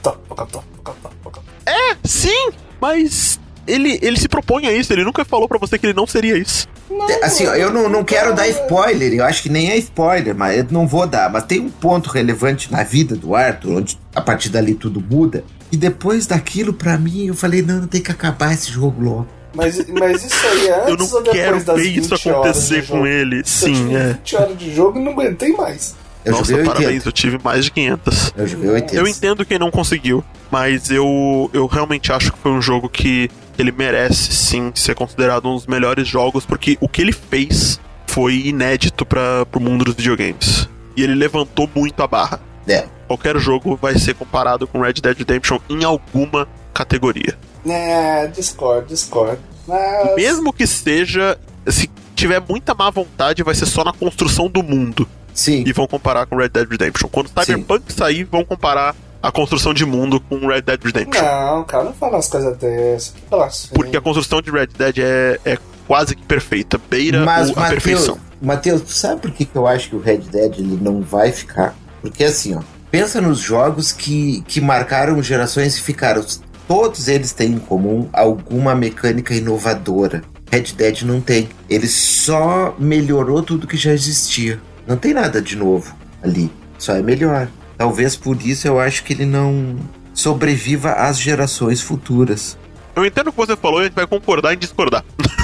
É, sim, mas ele se propõe a isso, ele nunca falou pra você que ele não seria isso. Não, assim, eu não quero dar spoiler, eu acho que nem é spoiler, mas eu não vou dar. Mas tem um ponto relevante na vida do Arthur, onde a partir dali tudo muda. E depois daquilo, pra mim, eu falei, não tem que acabar esse jogo logo. Mas isso aí é antes ou depois das 20 horas? Eu não quero ver isso acontecer com ele. Sim, é. 20 horas de jogo e não aguentei mais. Nossa, parabéns, eu tive mais de 500. Eu joguei 80. Eu entendo quem não conseguiu, mas eu realmente acho que foi um jogo que ele merece, sim, ser considerado um dos melhores jogos, porque o que ele fez foi inédito pro mundo dos videogames. E ele levantou muito a barra. É. Qualquer jogo vai ser comparado com Red Dead Redemption em alguma categoria. Discord. Mas... Mesmo que seja, se tiver muita má vontade, vai ser só na construção do mundo. Sim. E vão comparar com Red Dead Redemption. Quando Cyberpunk sair, vão comparar a construção de mundo com Red Dead Redemption. Não, cara, não fala umas coisas dessas. Assim. Porque a construção de Red Dead é quase que perfeita. Beira a perfeição. Matheus, sabe por que eu acho que o Red Dead ele não vai ficar? Porque assim, ó, pensa nos jogos que marcaram gerações e ficaram. Todos eles têm em comum alguma mecânica inovadora. Red Dead não tem. Ele só melhorou tudo que já existia. Não tem nada de novo ali, só é melhor. Talvez por isso eu acho que ele não sobreviva às gerações futuras. Eu entendo o que você falou e a gente vai concordar em discordar.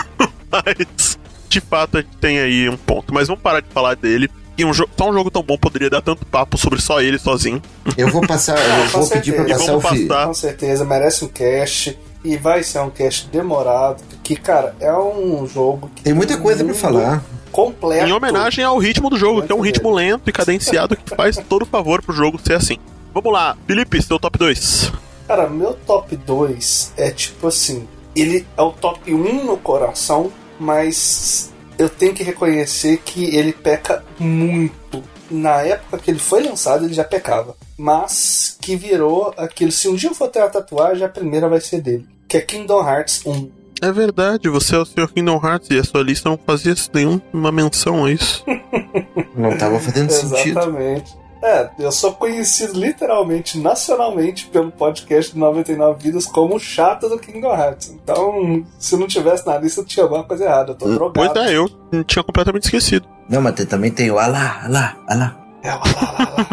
Mas, de fato, a gente tem aí um ponto. Mas vamos parar de falar dele. E só um jogo tão bom poderia dar tanto papo sobre só ele sozinho. Eu vou passar, eu vou pedir pra passar o fio. Com certeza, merece um cast. E vai ser um cast demorado. Porque, cara, é um jogo que tem muita coisa pra falar. Completo. Em homenagem ao ritmo do jogo, que é um ritmo lento e cadenciado que faz todo o favor pro jogo ser assim. Vamos lá, Felipe, seu top 2. Cara, meu top 2 é tipo assim, ele é o top 1 no coração, mas eu tenho que reconhecer que ele peca muito. Na época que ele foi lançado, ele já pecava. Mas que virou aquilo, se um dia eu for ter uma tatuagem, a primeira vai ser dele. Que é Kingdom Hearts 1. É verdade, você é o Sr. Kingdom Hearts e a sua lista não fazia nenhuma menção a isso. Não tava fazendo sentido. Exatamente. Eu sou conhecido literalmente, nacionalmente, pelo podcast 99 Vidas como o chato do Kingdom Hearts. Então, se não tivesse na lista, tinha alguma coisa errada. Eu tô drogado. Pois é, eu tinha completamente esquecido. Não, mas também tem o Alá. É o Alá.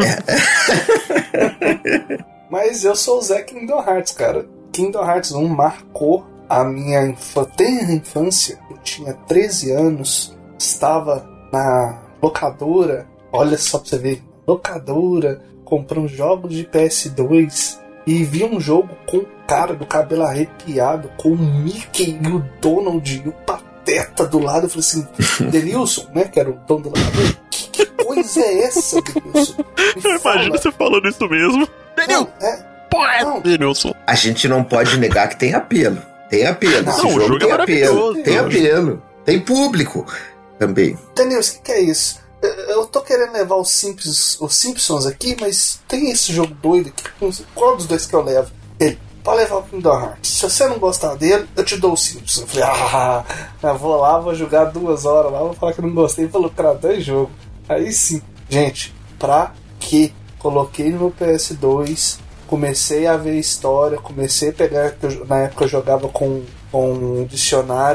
Mas eu sou o Zé Kingdom Hearts, cara. Kingdom Hearts 1 marcou a minha tenra infância. Eu tinha 13 anos, estava na locadora, olha só pra você ver, locadora, comprando jogos de PS2 e vi um jogo com o cara do cabelo arrepiado, com o Mickey e o Donald e o Pateta do lado. Eu falei assim, Denilson, né, que era o dono do locador, que coisa é essa, Denilson? Imagina você falando isso mesmo. Denilson! Denilson. A gente não pode negar que tem apelo. Tem apelo. Não, esse jogo tem apelo. Tem apelo. Tem público também. Denilson, o que é isso? Eu tô querendo levar os Simpsons aqui, mas tem esse jogo doido aqui. Qual dos dois que eu levo? Ele, pode levar o Kingdom Hearts. Se você não gostar dele, eu te dou o Simpsons. Eu falei, eu vou lá, vou jogar 2 horas lá, vou falar que eu não gostei, vou lucrar 2 jogos. Aí sim, gente, pra quê? Coloquei no meu PS2, comecei a ver história, comecei a pegar, na época eu jogava com um dicionário,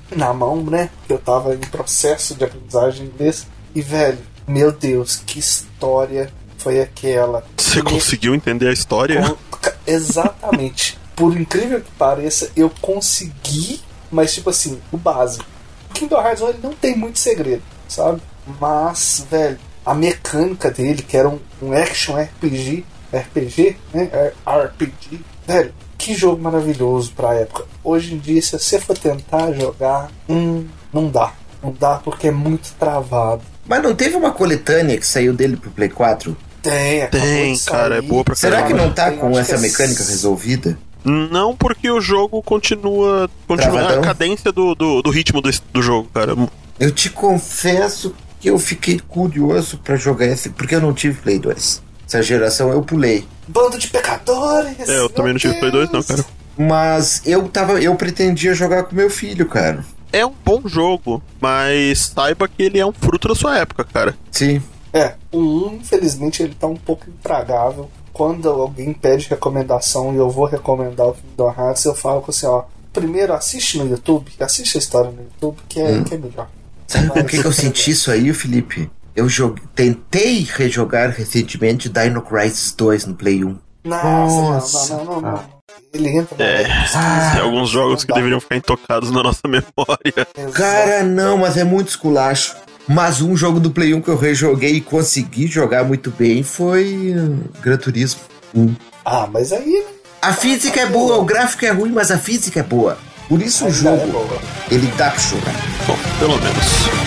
na mão, né? Eu tava em processo de aprendizagem de inglês. E, velho, meu Deus, que história foi aquela. Você conseguiu entender a história? Exatamente. Por incrível que pareça, eu consegui, mas tipo assim, o básico. O Kingdom Hearts 1 ele não tem muito segredo, sabe? Mas, velho, a mecânica dele, que era um action RPG, né? RPG, velho, que jogo maravilhoso pra época. Hoje em dia, se você for tentar jogar, não dá. Não dá porque é muito travado. Mas não teve uma coletânea que saiu dele pro Play 4? Tem, cara, é boa pra caramba. Será que não tá com essa mecânica resolvida? Não, porque o jogo continua a cadência do ritmo do jogo, cara. Eu te confesso que eu fiquei curioso pra jogar esse, porque eu não tive Play 2. Essa geração eu pulei. Bando de pecadores! Eu também não tive Play 2 não, cara. Mas eu pretendia jogar com meu filho, cara. É um bom jogo, mas saiba que ele é um fruto da sua época, cara. Sim. Infelizmente ele tá um pouco intragável. Quando alguém pede recomendação e eu vou recomendar o Kingdom Hearts, eu falo assim, ó, primeiro assiste no YouTube, assiste a história no YouTube, que é melhor. Sabe por que eu senti isso aí, Felipe? Eu tentei rejogar recentemente Dino Crisis 2 no Play 1. Não. Ele entra tem alguns jogos que deveriam ficar intocados na nossa memória. Cara, não, mas é muito esculacho. Mas um jogo do Play 1 que eu rejoguei e consegui jogar muito bem foi Gran Turismo 1. Mas aí... A física é boa, o gráfico é ruim, mas a física é boa. Por isso o jogo, ele dá pra jogar. Bom, pelo menos.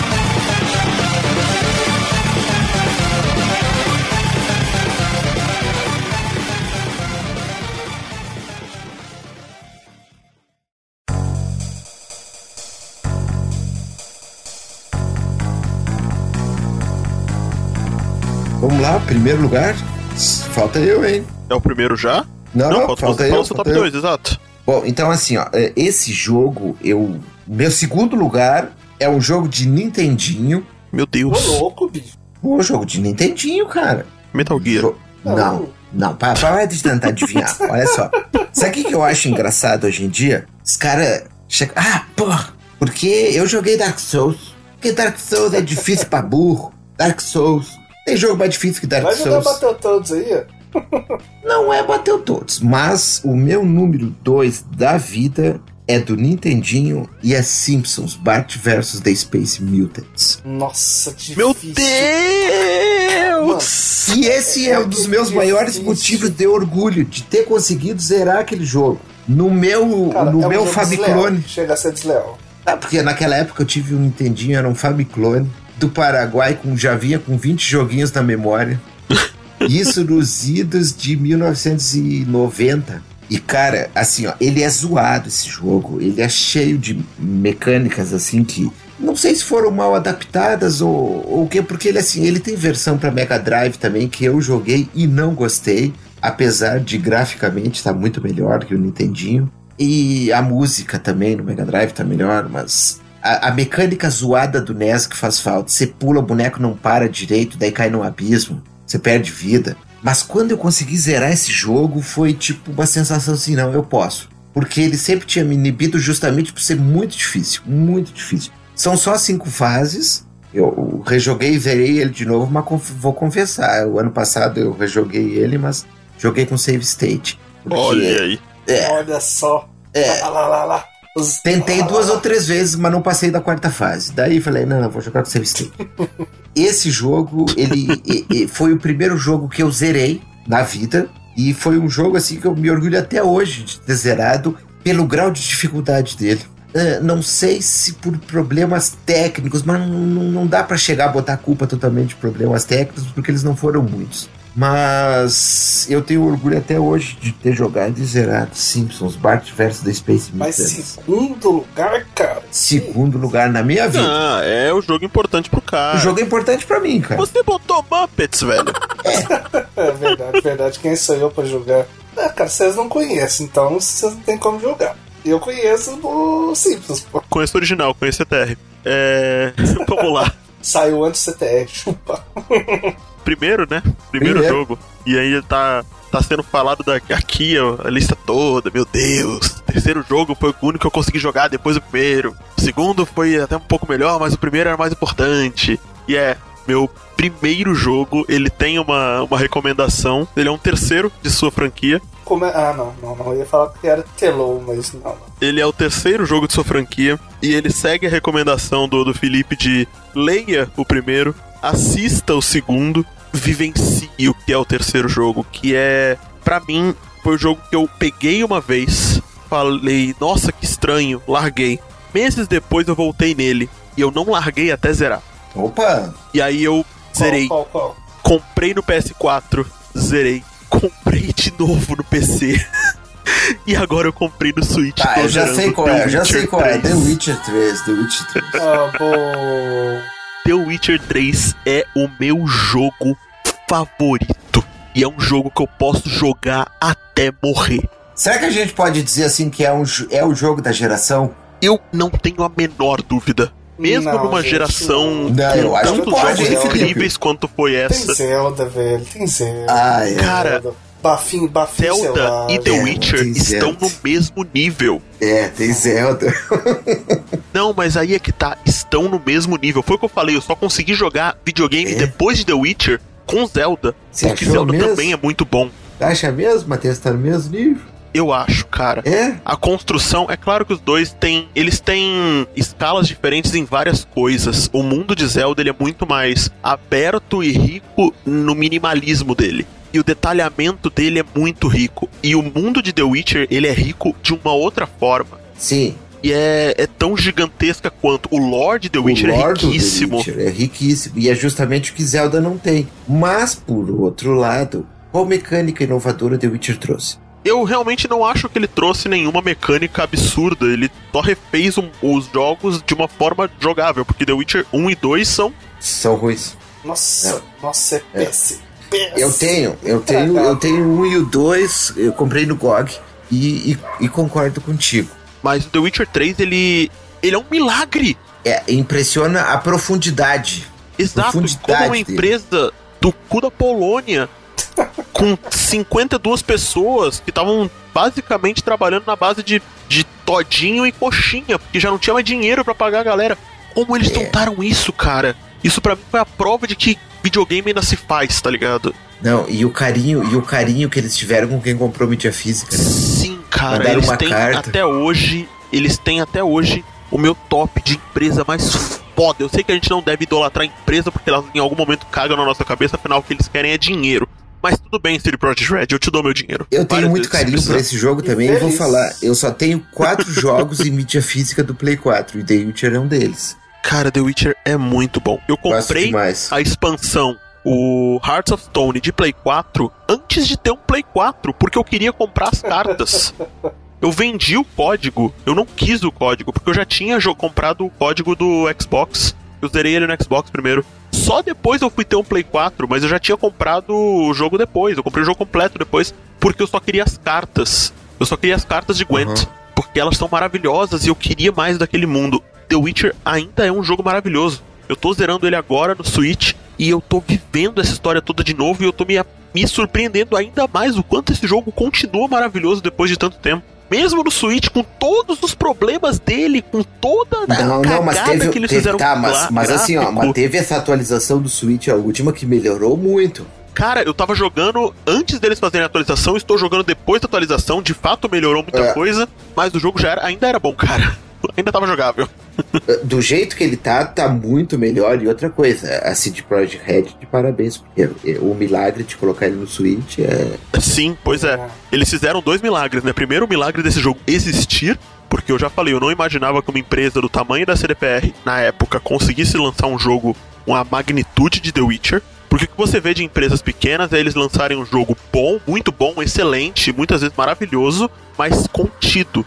Vamos lá, primeiro lugar. Falta eu, hein? É o primeiro já? Não, falta eu. Fala o seu top 2, exato. Bom, então assim, ó, esse jogo, meu segundo lugar é um jogo de Nintendinho. Meu Deus. Ô, louco, bicho. Pô, jogo de Nintendinho, cara. Metal Gear. Não, para de tentar adivinhar. Olha só. Sabe o que eu acho engraçado hoje em dia? Os caras chegam... porque eu joguei Dark Souls. Porque Dark Souls é difícil pra burro. Dark Souls. Tem jogo mais difícil que Dark Souls. Vai jogar Battletoads aí, Não é Battletoads, mas o meu número 2 da vida é do Nintendinho e é Simpsons, Bart vs The Space Mutants. Nossa, difícil. Meu Deus! E esse é um dos meus maiores motivos de orgulho, de ter conseguido zerar aquele jogo. No meu Famiclone. Chega a ser desleal. Porque naquela época eu tive um Nintendinho, era um Famiclone do Paraguai, já vinha com 20 joguinhos na memória. Isso nos idos de 1990. E, cara, assim, ó, ele é zoado esse jogo. Ele é cheio de mecânicas, assim, que não sei se foram mal adaptadas ou o quê, porque ele tem versão pra Mega Drive também, que eu joguei e não gostei, apesar de graficamente estar muito melhor que o Nintendinho. E a música também no Mega Drive tá melhor, mas a mecânica zoada do NES que faz falta. Você pula, o boneco não para direito, daí cai num abismo, você perde vida. Mas quando eu consegui zerar esse jogo, foi tipo uma sensação assim, não, eu posso. Porque ele sempre tinha me inibido justamente por ser muito difícil, muito difícil. São só 5 fases, eu rejoguei e zerei ele de novo, mas vou confessar, o ano passado eu rejoguei ele, mas joguei com save state. Olha aí. Olha só. Lá. Tentei 2 ou 3 vezes, mas não passei da 4ª fase. Daí falei, não, vou jogar com save state. Esse jogo, ele foi o primeiro jogo que eu zerei na vida. E foi um jogo assim que eu me orgulho até hoje de ter zerado pelo grau de dificuldade dele. Não sei se por problemas técnicos, mas não dá pra chegar a botar a culpa totalmente de problemas técnicos, porque eles não foram muitos. Mas eu tenho orgulho até hoje de ter jogado e zerado Simpsons, Bart vs The Space Mutants. Mas segundo lugar, cara? Segundo lugar na minha vida. É o jogo importante pro cara. O jogo é importante pra mim, cara. Você botou Muppets, velho. É verdade. Quem sou eu pra jogar? Cara, vocês não conhecem, então vocês não tem como jogar. Eu conheço o Simpsons, pô. Conheço o original, conheço o CTR. Vamos lá. Saiu antes do CTR, chupa. Primeiro, né? Primeiro jogo. E aí ele tá tá sendo falado aqui, ó, a lista toda, meu Deus. O terceiro jogo foi o único que eu consegui jogar depois do primeiro. O segundo foi até um pouco melhor, mas o primeiro era mais importante. E meu primeiro jogo, ele tem uma recomendação. Ele é um terceiro de sua franquia. Não. Eu ia falar que era Telou, mas não. Ele é o terceiro jogo de sua franquia. E ele segue a recomendação do Felipe de leia o primeiro, assista o segundo, vivencie o que é o terceiro jogo, que é, pra mim, foi o jogo que eu peguei uma vez, falei, nossa, que estranho, larguei. Meses depois eu voltei nele, e eu não larguei até zerar. Opa! E aí eu zerei. Qual? Comprei no PS4, zerei. Comprei de novo no PC. E agora eu comprei no Switch. Tá, eu já sei qual é, The Witcher 3. Bom. The Witcher 3 é o meu jogo favorito. E é um jogo que eu posso jogar até morrer. Será que a gente pode dizer assim que é o jogo da geração? Eu não tenho a menor dúvida. Mesmo numa geração com tantos jogos incríveis quanto foi essa. Tem Zelda, velho. Tem Zelda. Cara, Bafinho, Zelda e The Witcher estão no mesmo nível. Tem Zelda. Não, mas aí é que tá. Estão no mesmo nível. Foi o que eu falei. Eu só consegui jogar videogame depois de The Witcher com Zelda. Porque Zelda mesmo? Também é muito bom. Acha mesmo, Matheus? Tá no mesmo nível? Eu acho, cara. A construção, é claro que os dois eles têm escalas diferentes em várias coisas. O mundo de Zelda, ele é muito mais aberto e rico no minimalismo dele. E o detalhamento dele é muito rico. E o mundo de The Witcher, ele é rico de uma outra forma. Sim. E é tão gigantesca quanto. O lore de The Witcher é riquíssimo. É riquíssimo. E é justamente o que Zelda não tem. Mas, por outro lado, qual mecânica inovadora The Witcher trouxe? Eu realmente não acho que ele trouxe nenhuma mecânica absurda. Ele só refez os jogos de uma forma jogável. Porque The Witcher 1 e 2 são ruins. Nossa, é péssimo. Eu tenho o 1 e o 2. Eu comprei no GOG. E concordo contigo. Mas o The Witcher 3, ele é um milagre. Impressiona a profundidade. Exato, como uma empresa do cu da Polônia, com 52 pessoas que estavam basicamente trabalhando na base de todinho e coxinha, porque já não tinha mais dinheiro pra pagar a galera. Como eles montaram isso, cara? Isso pra mim foi a prova de que videogame ainda se faz, tá ligado? Não, e o carinho que eles tiveram com quem comprou mídia física, né? Sim, cara, mandaram eles uma carta. Eles têm até hoje o meu top de empresa mais foda. Eu sei que a gente não deve idolatrar a empresa, porque elas em algum momento cagam na nossa cabeça, afinal o que eles querem é dinheiro. Mas tudo bem, CD Projekt Red, eu te dou meu dinheiro. Eu tenho muito carinho por esse jogo também, e vou falar, eu só tenho 4 jogos em mídia física do Play 4, e The Witcher é um deles. Cara, The Witcher é muito bom. Eu comprei a expansão, o Hearts of Stone de Play 4, antes de ter um Play 4, porque eu queria comprar as cartas. Eu vendi o código, eu não quis o código, porque eu já tinha comprado o código do Xbox. Eu zerei ele no Xbox primeiro. Só depois eu fui ter um Play 4, mas eu já tinha comprado o jogo depois. Eu comprei o jogo completo depois, porque eu só queria as cartas. Eu só queria as cartas de Gwent, porque elas são maravilhosas e eu queria mais daquele mundo. The Witcher ainda é um jogo maravilhoso. Eu tô zerando ele agora no Switch e eu tô vivendo essa história toda de novo e eu tô me surpreendendo ainda mais o quanto esse jogo continua maravilhoso depois de tanto tempo. Mesmo no Switch, com todos os problemas dele, com toda a cagada que eles fizeram com o mas assim, mas teve essa atualização do Switch, a última, que melhorou muito. Cara, eu tava jogando antes deles fazerem a atualização, estou jogando depois da atualização, de fato melhorou muita coisa, mas o jogo ainda era bom, cara. Ainda tava jogável. Do jeito que ele tá muito melhor. E outra coisa, a CD Projekt Red, de parabéns, porque o milagre de colocar ele no Switch Sim, pois é. Eles fizeram 2 milagres, né? Primeiro, o milagre desse jogo existir, porque eu já falei, eu não imaginava que uma empresa do tamanho da CDPR, na época, conseguisse lançar um jogo com a magnitude de The Witcher. Porque o que você vê de empresas pequenas é eles lançarem um jogo bom, muito bom, excelente, muitas vezes maravilhoso, mas contido.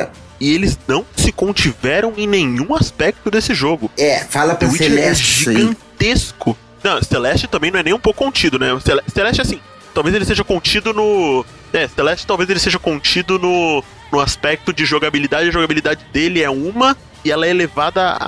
E eles não se contiveram em nenhum aspecto desse jogo. Fala pra Celeste. É gigantesco. Não, Celeste também não é nem um pouco contido, né? Celeste, assim, talvez ele seja contido no... Celeste talvez ele seja contido no aspecto de jogabilidade. A jogabilidade dele é uma, e ela é elevada a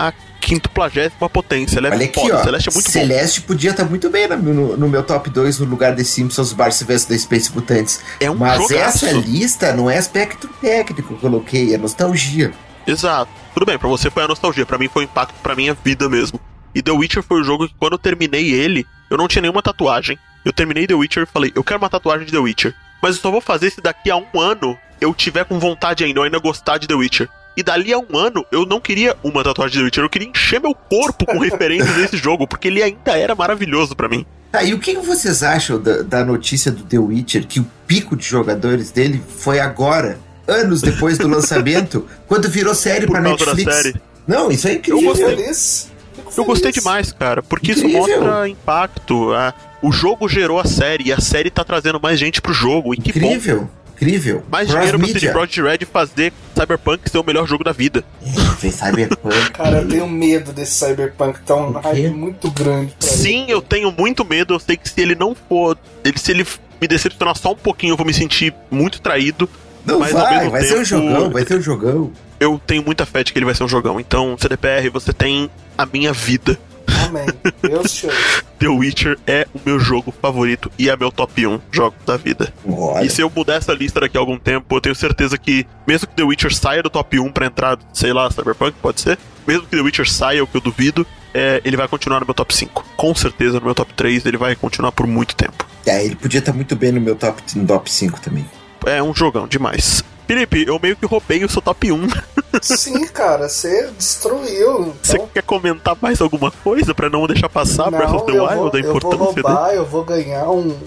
quintuplagésima potência. Ela é Olha aqui, foda. ó. Celeste é muito Celeste podia estar muito bem no meu top 2, no lugar de Simpsons, Barça vs The Space Mutantes. É um Mas jogaço. essa lista não é aspecto técnico que eu coloquei, é nostalgia. Exato. Tudo bem, pra você foi a nostalgia. Pra mim foi o impacto pra minha vida mesmo. E The Witcher foi o jogo que quando eu terminei ele, eu não tinha nenhuma tatuagem. Eu terminei The Witcher e falei, eu quero uma tatuagem de The Witcher. Mas eu só vou fazer se daqui a 1 ano eu tiver com vontade ainda, eu ainda gostar de The Witcher. E dali a 1 ano, eu não queria uma tatuagem de The Witcher, eu queria encher meu corpo com referências desse jogo, porque ele ainda era maravilhoso pra mim. Tá, e o que vocês acham da notícia do The Witcher, que o pico de jogadores dele foi agora, anos depois do lançamento, quando virou série Por pra causa da Netflix? série. Não, isso é incrível. Eu gostei. Feliz. Eu gostei demais, cara, porque Incrível. isso mostra impacto. O jogo gerou a série, e a série tá trazendo mais gente pro jogo, e que bom. Incrível. Mais dinheiro pro CD Projekt Red fazer Cyberpunk ser o melhor jogo da vida. Fez Cyberpunk. Cara, eu tenho medo desse Cyberpunk, tá um hype muito grande pra Sim, ele. eu tenho muito medo. Eu sei que se ele não for. Se ele me decepcionar só um pouquinho, eu vou me sentir muito traído. Não Mas, ao mesmo vai ser tempo, um jogão, vai ser um jogão. Eu tenho muita fé de que ele vai ser um jogão. Então, CDPR, você tem a minha vida. Amém. Deus te ouça. The Witcher é o meu jogo favorito e é meu top 1 jogo da vida. Olha. E se eu mudar essa lista daqui a algum tempo, eu tenho certeza que, mesmo que The Witcher saia do top 1 pra entrar, sei lá, Cyberpunk, pode ser? Mesmo que The Witcher saia, o que eu duvido, ele vai continuar no meu top 5. Com certeza no meu top 3 ele vai continuar por muito tempo. Ele podia estar muito bem no meu top 5 também. É um jogão demais. Felipe, eu meio que roubei o seu top 1. Sim, cara, você destruiu. Você Então, quer comentar mais alguma coisa pra não deixar passar Breath of the Wild, da importância eu vou roubar, eu vou ganhar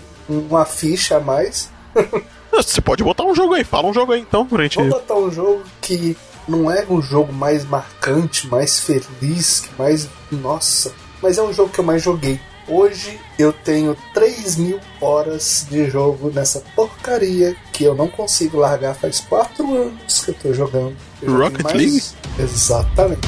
uma ficha a mais. dele? Você pode botar um jogo aí, fala um jogo aí então, pra gente. Vou botar um jogo que não é o jogo mais marcante, mais feliz, que mais... Nossa, mas é um jogo que eu mais joguei. Hoje eu tenho 3.000 horas de jogo nessa porcaria que eu não consigo largar. Faz 4 anos que eu tô jogando. Eu Rocket joguei League? Exatamente.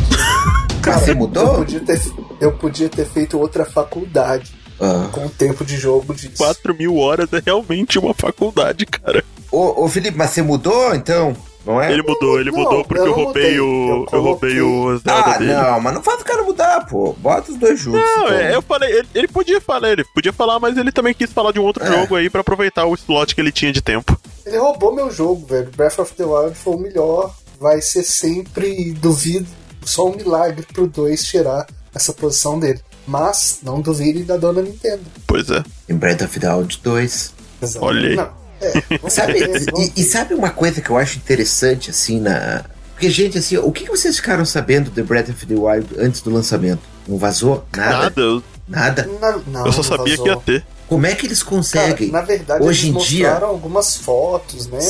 Você mudou? Eu podia ter feito outra faculdade Ah. com o tempo de jogo disso. 4.000 horas é realmente uma faculdade, cara. Ô, Felipe, mas você mudou então? Não é? Ele mudou porque eu eu não roubei mudei. eu roubei o Zelda dele. Não, mas não faz o cara mudar, pô. Bota os dois juntos. Não, então. eu falei, ele podia falar, mas ele também quis falar de um outro jogo aí pra aproveitar o slot que ele tinha de tempo. Ele roubou meu jogo, velho. Breath of the Wild foi o melhor. Vai ser sempre, duvido, só um milagre pro 2 tirar essa posição dele. Mas não duvide da dona Nintendo. Pois é. Em Breath of the Wild 2. Olha aí. Não. Vamos Sabe, ver, vamos ver. e sabe uma coisa que eu acho interessante, assim, Porque, gente, assim, o que vocês ficaram sabendo de Breath of the Wild antes do lançamento? Não vazou? Nada? Nada, Não, eu só não sabia vazou. que ia ter. Como é que eles conseguem? Cara, na verdade, hoje eles em dia, mostraram algumas fotos, né?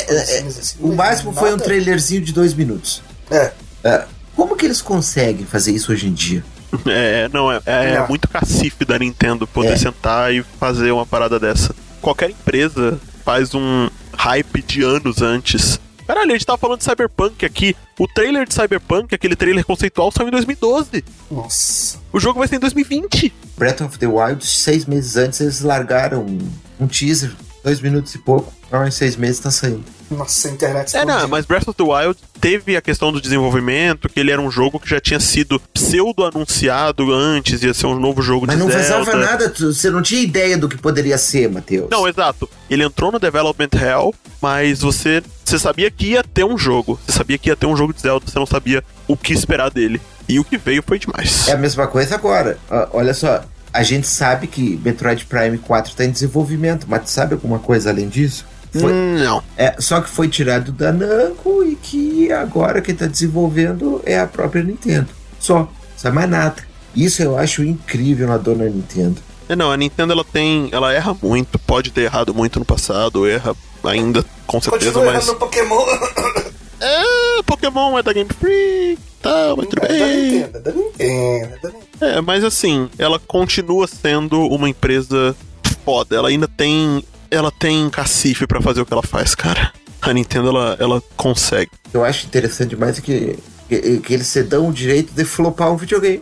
Assim, o mas máximo foi um nada- trailerzinho de 2 minutos. É, Como que eles conseguem fazer isso hoje em dia? Não. Muito cacife da Nintendo poder sentar e fazer uma parada dessa. Qualquer empresa faz um hype de anos antes. Caralho, a gente tava falando de Cyberpunk aqui. O trailer de Cyberpunk, aquele trailer conceitual, saiu em 2012. nossa. O jogo vai ser em 2020. Breath of the Wild, 6 meses antes, eles largaram um teaser, 2 minutos e pouco. Agora em 6 meses tá saindo. Nossa, a internet Não, explodiu. mas Breath of the Wild teve a questão do desenvolvimento, que ele era um jogo que já tinha sido pseudo-anunciado antes, ia ser um novo jogo Mas de não Zelda. vazava nada, você não tinha ideia do que poderia ser, Matheus. Não, exato. Ele entrou no Development Hell, mas você sabia que ia ter um jogo. Você sabia que ia ter um jogo de Zelda, você não sabia o que esperar dele. E o que veio foi demais. É a mesma coisa agora. Olha só, a gente sabe que Metroid Prime 4 tá em desenvolvimento, mas sabe alguma coisa além disso? Não. Só que foi tirado da Namco e que agora quem tá desenvolvendo é a própria Nintendo. Só, sabe mais nada. Isso eu acho incrível na dona Nintendo. Não, a Nintendo ela erra muito, pode ter errado muito no passado, erra ainda, com certeza, Continua mas... errando no Pokémon. Pokémon é da Game Freak, tal, mas tudo É da bem. Nintendo, é da Nintendo. Mas assim, ela continua sendo uma empresa foda, ela ainda tem... Ela tem cacife pra fazer o que ela faz, cara. A Nintendo, ela consegue. Eu acho interessante demais que eles se dão o direito de flopar um videogame.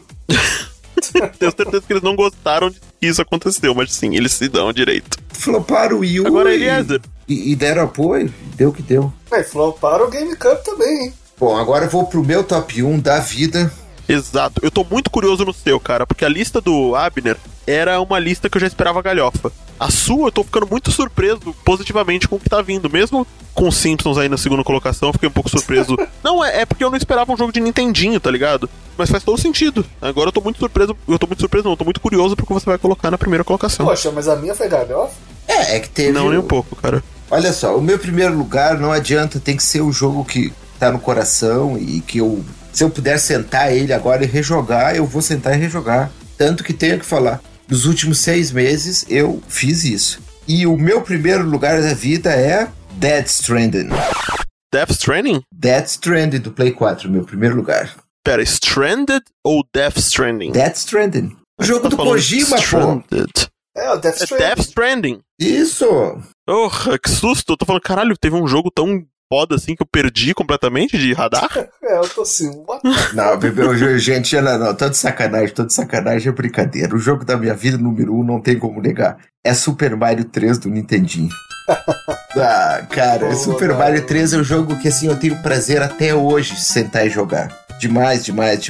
Tenho certeza que eles não gostaram de que isso aconteceu, mas sim, eles se dão direito. Floparam o Wii U Agora, Eliezer. e deram apoio, deu o que deu. Floparam o GameCube também, hein? Bom, agora eu vou pro meu top 1 da vida. Exato. Eu tô muito curioso no seu, cara, porque a lista do Abner era uma lista que eu já esperava galhofa. A sua, eu tô ficando muito surpreso positivamente com o que tá vindo. Mesmo com os Simpsons aí na segunda colocação, eu fiquei um pouco surpreso. Não, é porque eu não esperava um jogo de Nintendinho, tá ligado? Mas faz todo sentido. Agora eu tô muito surpreso. Eu tô muito curioso pro que você vai colocar na primeira colocação. Poxa, mas a minha foi galhofa? É que teve... Não, nem um pouco, cara. Olha só, o meu primeiro lugar não adianta, tem que ser o jogo que tá no coração e que se eu puder sentar ele agora e rejogar, eu vou sentar e rejogar. Tanto que tenho que falar, nos últimos 6 meses eu fiz isso. E o meu primeiro lugar da vida é Death Stranding. Death Stranding? Death Stranding do Play 4, meu primeiro lugar. Pera, Stranded ou Death Stranding? Death Stranding. O jogo do Kojima, pô. É, o Death Stranding. Death Stranding. Isso. Porra, que susto. Eu tô falando, caralho, teve um jogo tão foda assim que eu perdi completamente de radar? Eu tô assim, Não, gente, não, tô de sacanagem, é brincadeira. O jogo da minha vida, número 1, não tem como negar. É Super Mario 3 do Nintendinho. Cara, Super Mario 3 é um jogo que, assim, eu tenho prazer até hoje de sentar e jogar. Demais.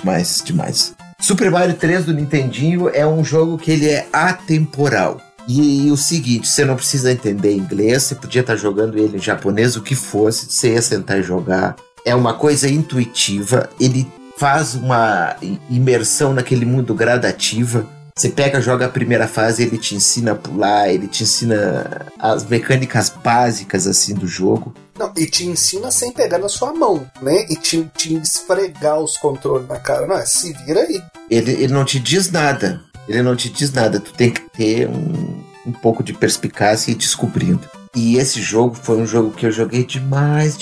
Super Mario 3 do Nintendinho é um jogo que ele é atemporal. E o seguinte, você não precisa entender inglês, você podia estar jogando ele em japonês, o que fosse, você ia sentar e jogar. É uma coisa intuitiva, ele faz uma imersão naquele mundo gradativa. Você pega, joga a primeira fase, ele te ensina a pular, ele te ensina as mecânicas básicas assim do jogo. Não, e te ensina sem pegar na sua mão, né? E te esfregar os controles na cara. Não, se vira aí. Ele não te diz nada. Tu tem que ter um pouco de perspicácia e ir descobrindo. E esse jogo foi um jogo que eu joguei demais.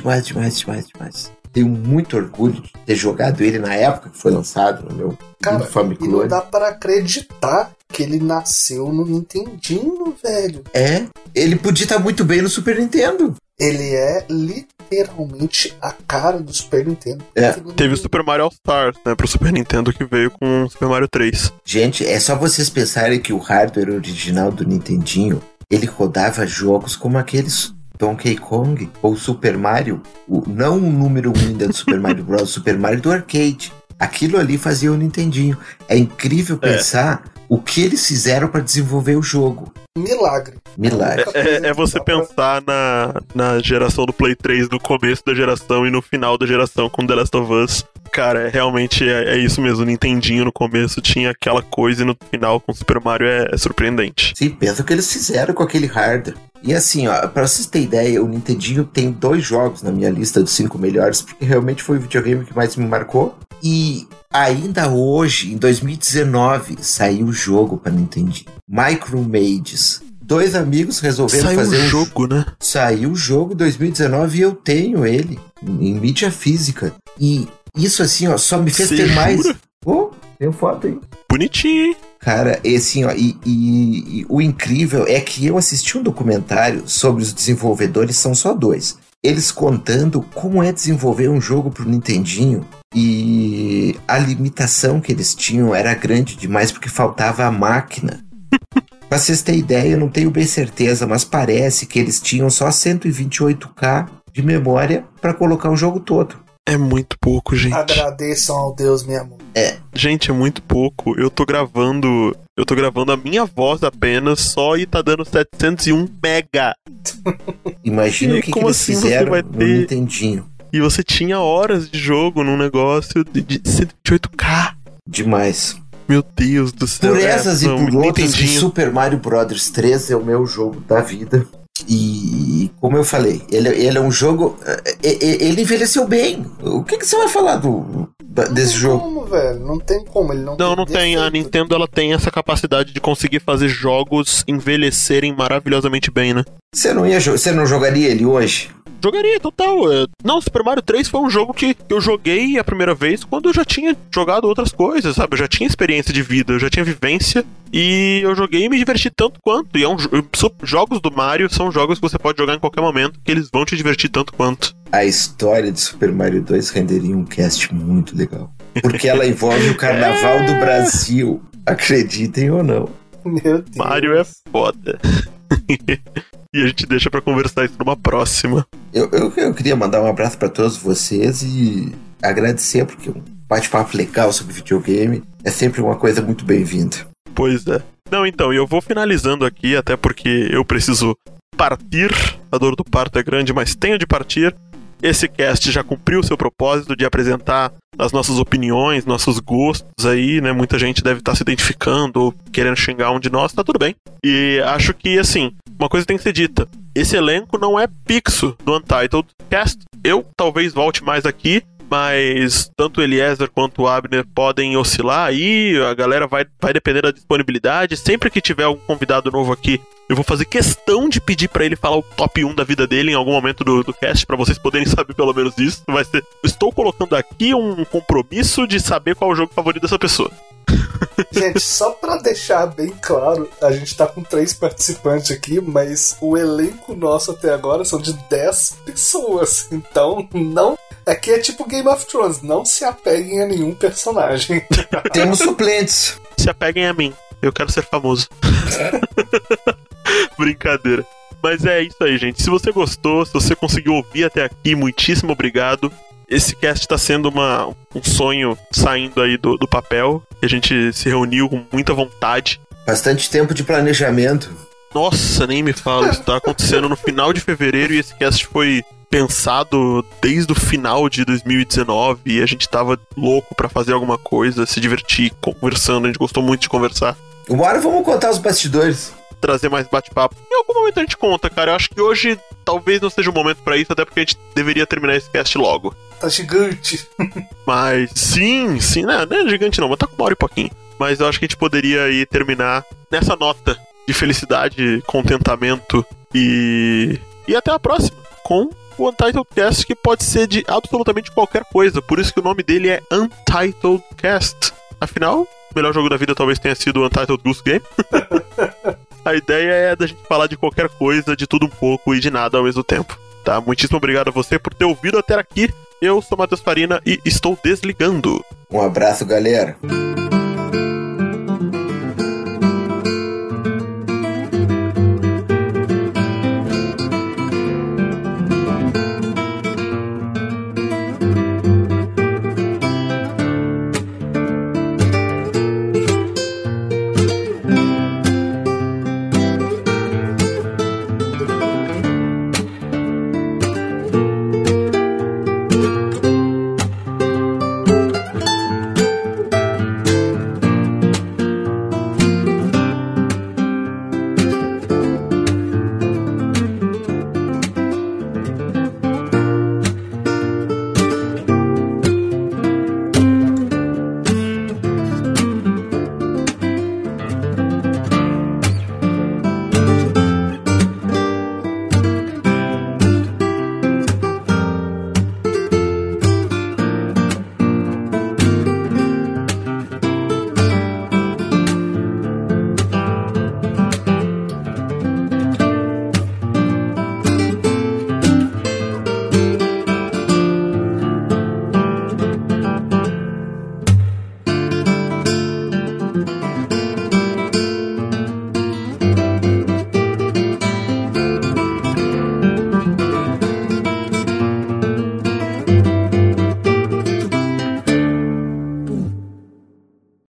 Tenho muito orgulho de ter jogado ele na época que foi lançado no meu Famiclone. E não dá pra acreditar que ele nasceu no Nintendinho, velho. É, ele podia estar muito bem no Super Nintendo. Ele é literalmente a cara do Super Nintendo. É. Teve o Super Mario All-Stars, né, pro Super Nintendo, que veio com o Super Mario 3. Gente, é só vocês pensarem que o hardware original do Nintendinho, ele rodava jogos como aqueles Donkey Kong ou Super Mario, não o número 1 ainda do Super Mario Bros, Super Mario do arcade. Aquilo ali fazia o Nintendinho. É incrível pensar o que eles fizeram para desenvolver o jogo. Milagre. É você pensar na geração do Play 3, no começo da geração e no final da geração com The Last of Us. Cara, realmente é isso mesmo. O Nintendinho no começo tinha aquela coisa e no final com o Super Mario é surpreendente. Sim, pensa o que eles fizeram com aquele hardware. E assim, ó, pra vocês terem ideia, o Nintendinho tem 2 jogos na minha lista dos 5 melhores, porque realmente foi o videogame que mais me marcou. E ainda hoje, em 2019, saiu o jogo pra Nintendinho. Micromages. 2 amigos resolveram fazer um jogo, né? Saiu o jogo em 2019 e eu tenho ele em mídia física. E isso assim, ó, só me fez ter mais... Tem foto aí. Bonitinho, hein? Cara, assim, ó, e o incrível é que eu assisti um documentário sobre os desenvolvedores, são só 2. Eles contando como é desenvolver um jogo pro Nintendinho e a limitação que eles tinham era grande demais porque faltava a máquina. Pra vocês terem ideia, eu não tenho bem certeza, mas parece que eles tinham só 128K de memória pra colocar o jogo todo. É muito pouco, gente. Agradeçam ao Deus, meu amor. Gente, é muito pouco. Eu tô gravando a minha voz apenas só e tá dando 701 mega. Imagina o que eles fizeram no Nintendinho. E você tinha horas de jogo num negócio de 128K. Demais. Meu Deus do céu. Por essas e por outras, que Super Mario Bros 3 é o meu jogo da vida. E como eu falei, ele é um jogo. Ele envelheceu bem. O que você vai falar desse jogo? Não tem como, velho. Não tem como. Ele não tem. A Nintendo ela tem essa capacidade de conseguir fazer jogos envelhecerem maravilhosamente bem, né? Você não jogaria ele hoje? Jogaria, total. Não, Super Mario 3 foi um jogo que eu joguei a primeira vez quando eu já tinha jogado outras coisas, sabe? Eu já tinha experiência de vida, eu já tinha vivência e eu joguei e me diverti tanto quanto. E jogos do Mario são jogos que você pode jogar em qualquer momento, que eles vão te divertir tanto quanto. A história de Super Mario 2 renderia um cast muito legal. Porque ela envolve o Carnaval do Brasil. Acreditem ou não. Meu Deus. Mario é foda. E a gente deixa pra conversar isso numa próxima. Eu queria mandar um abraço pra todos vocês e agradecer, porque bate-papo legal sobre videogame é sempre uma coisa muito bem-vinda. Pois é. Não, então, eu vou finalizando aqui, até porque eu preciso partir. A dor do parto é grande, mas tenho de partir. Esse cast já cumpriu o seu propósito de apresentar as nossas opiniões, nossos gostos aí, né? Muita gente deve estar se identificando ou querendo xingar um de nós, tá tudo bem. E acho que, assim, uma coisa tem que ser dita. Esse elenco não é fixo do Untitled Cast. Eu talvez volte mais aqui, mas tanto o Eliezer quanto o Abner podem oscilar aí, a galera vai depender da disponibilidade. Sempre que tiver algum convidado novo aqui, eu vou fazer questão de pedir pra ele falar o top 1 da vida dele em algum momento do cast, pra vocês poderem saber pelo menos isso. Vai ser... Estou colocando aqui um compromisso de saber qual é o jogo favorito dessa pessoa. Gente, só pra deixar bem claro, a gente tá com 3 participantes aqui, mas o elenco nosso até agora são de 10 pessoas. Então, não... Aqui é tipo Game of Thrones, não se apeguem a nenhum personagem. Temos suplentes. Se apeguem a mim, eu quero ser famoso. Brincadeira. Mas é isso aí, gente. Se você gostou, se você conseguiu ouvir até aqui, muitíssimo obrigado. Esse cast tá sendo um sonho saindo aí do papel. A gente se reuniu com muita vontade. Bastante tempo de planejamento. Nossa, nem me fala. Isso tá acontecendo no final de fevereiro e esse cast foi pensado desde o final de 2019 e a gente tava louco pra fazer alguma coisa, se divertir, conversando. A gente gostou muito de conversar. Agora vamos contar os bastidores. Trazer mais bate-papo. Em algum momento a gente conta, cara. Eu acho que hoje talvez não seja o momento pra isso, até porque a gente deveria terminar esse cast logo. Tá gigante. Mas sim, não é gigante não, mas tá com 1 hora e pouquinho. Mas eu acho que a gente poderia aí terminar nessa nota de felicidade, contentamento e até a próxima com o Untitled Cast, que pode ser de absolutamente qualquer coisa. Por isso que o nome dele é Untitled Cast. Afinal, o melhor jogo da vida talvez tenha sido o Untitled Goose Game. A ideia é da gente falar de qualquer coisa, de tudo um pouco e de nada ao mesmo tempo. Tá? Muitíssimo obrigado a você por ter ouvido até aqui. Eu sou Matheus Farina e estou desligando. Um abraço, galera.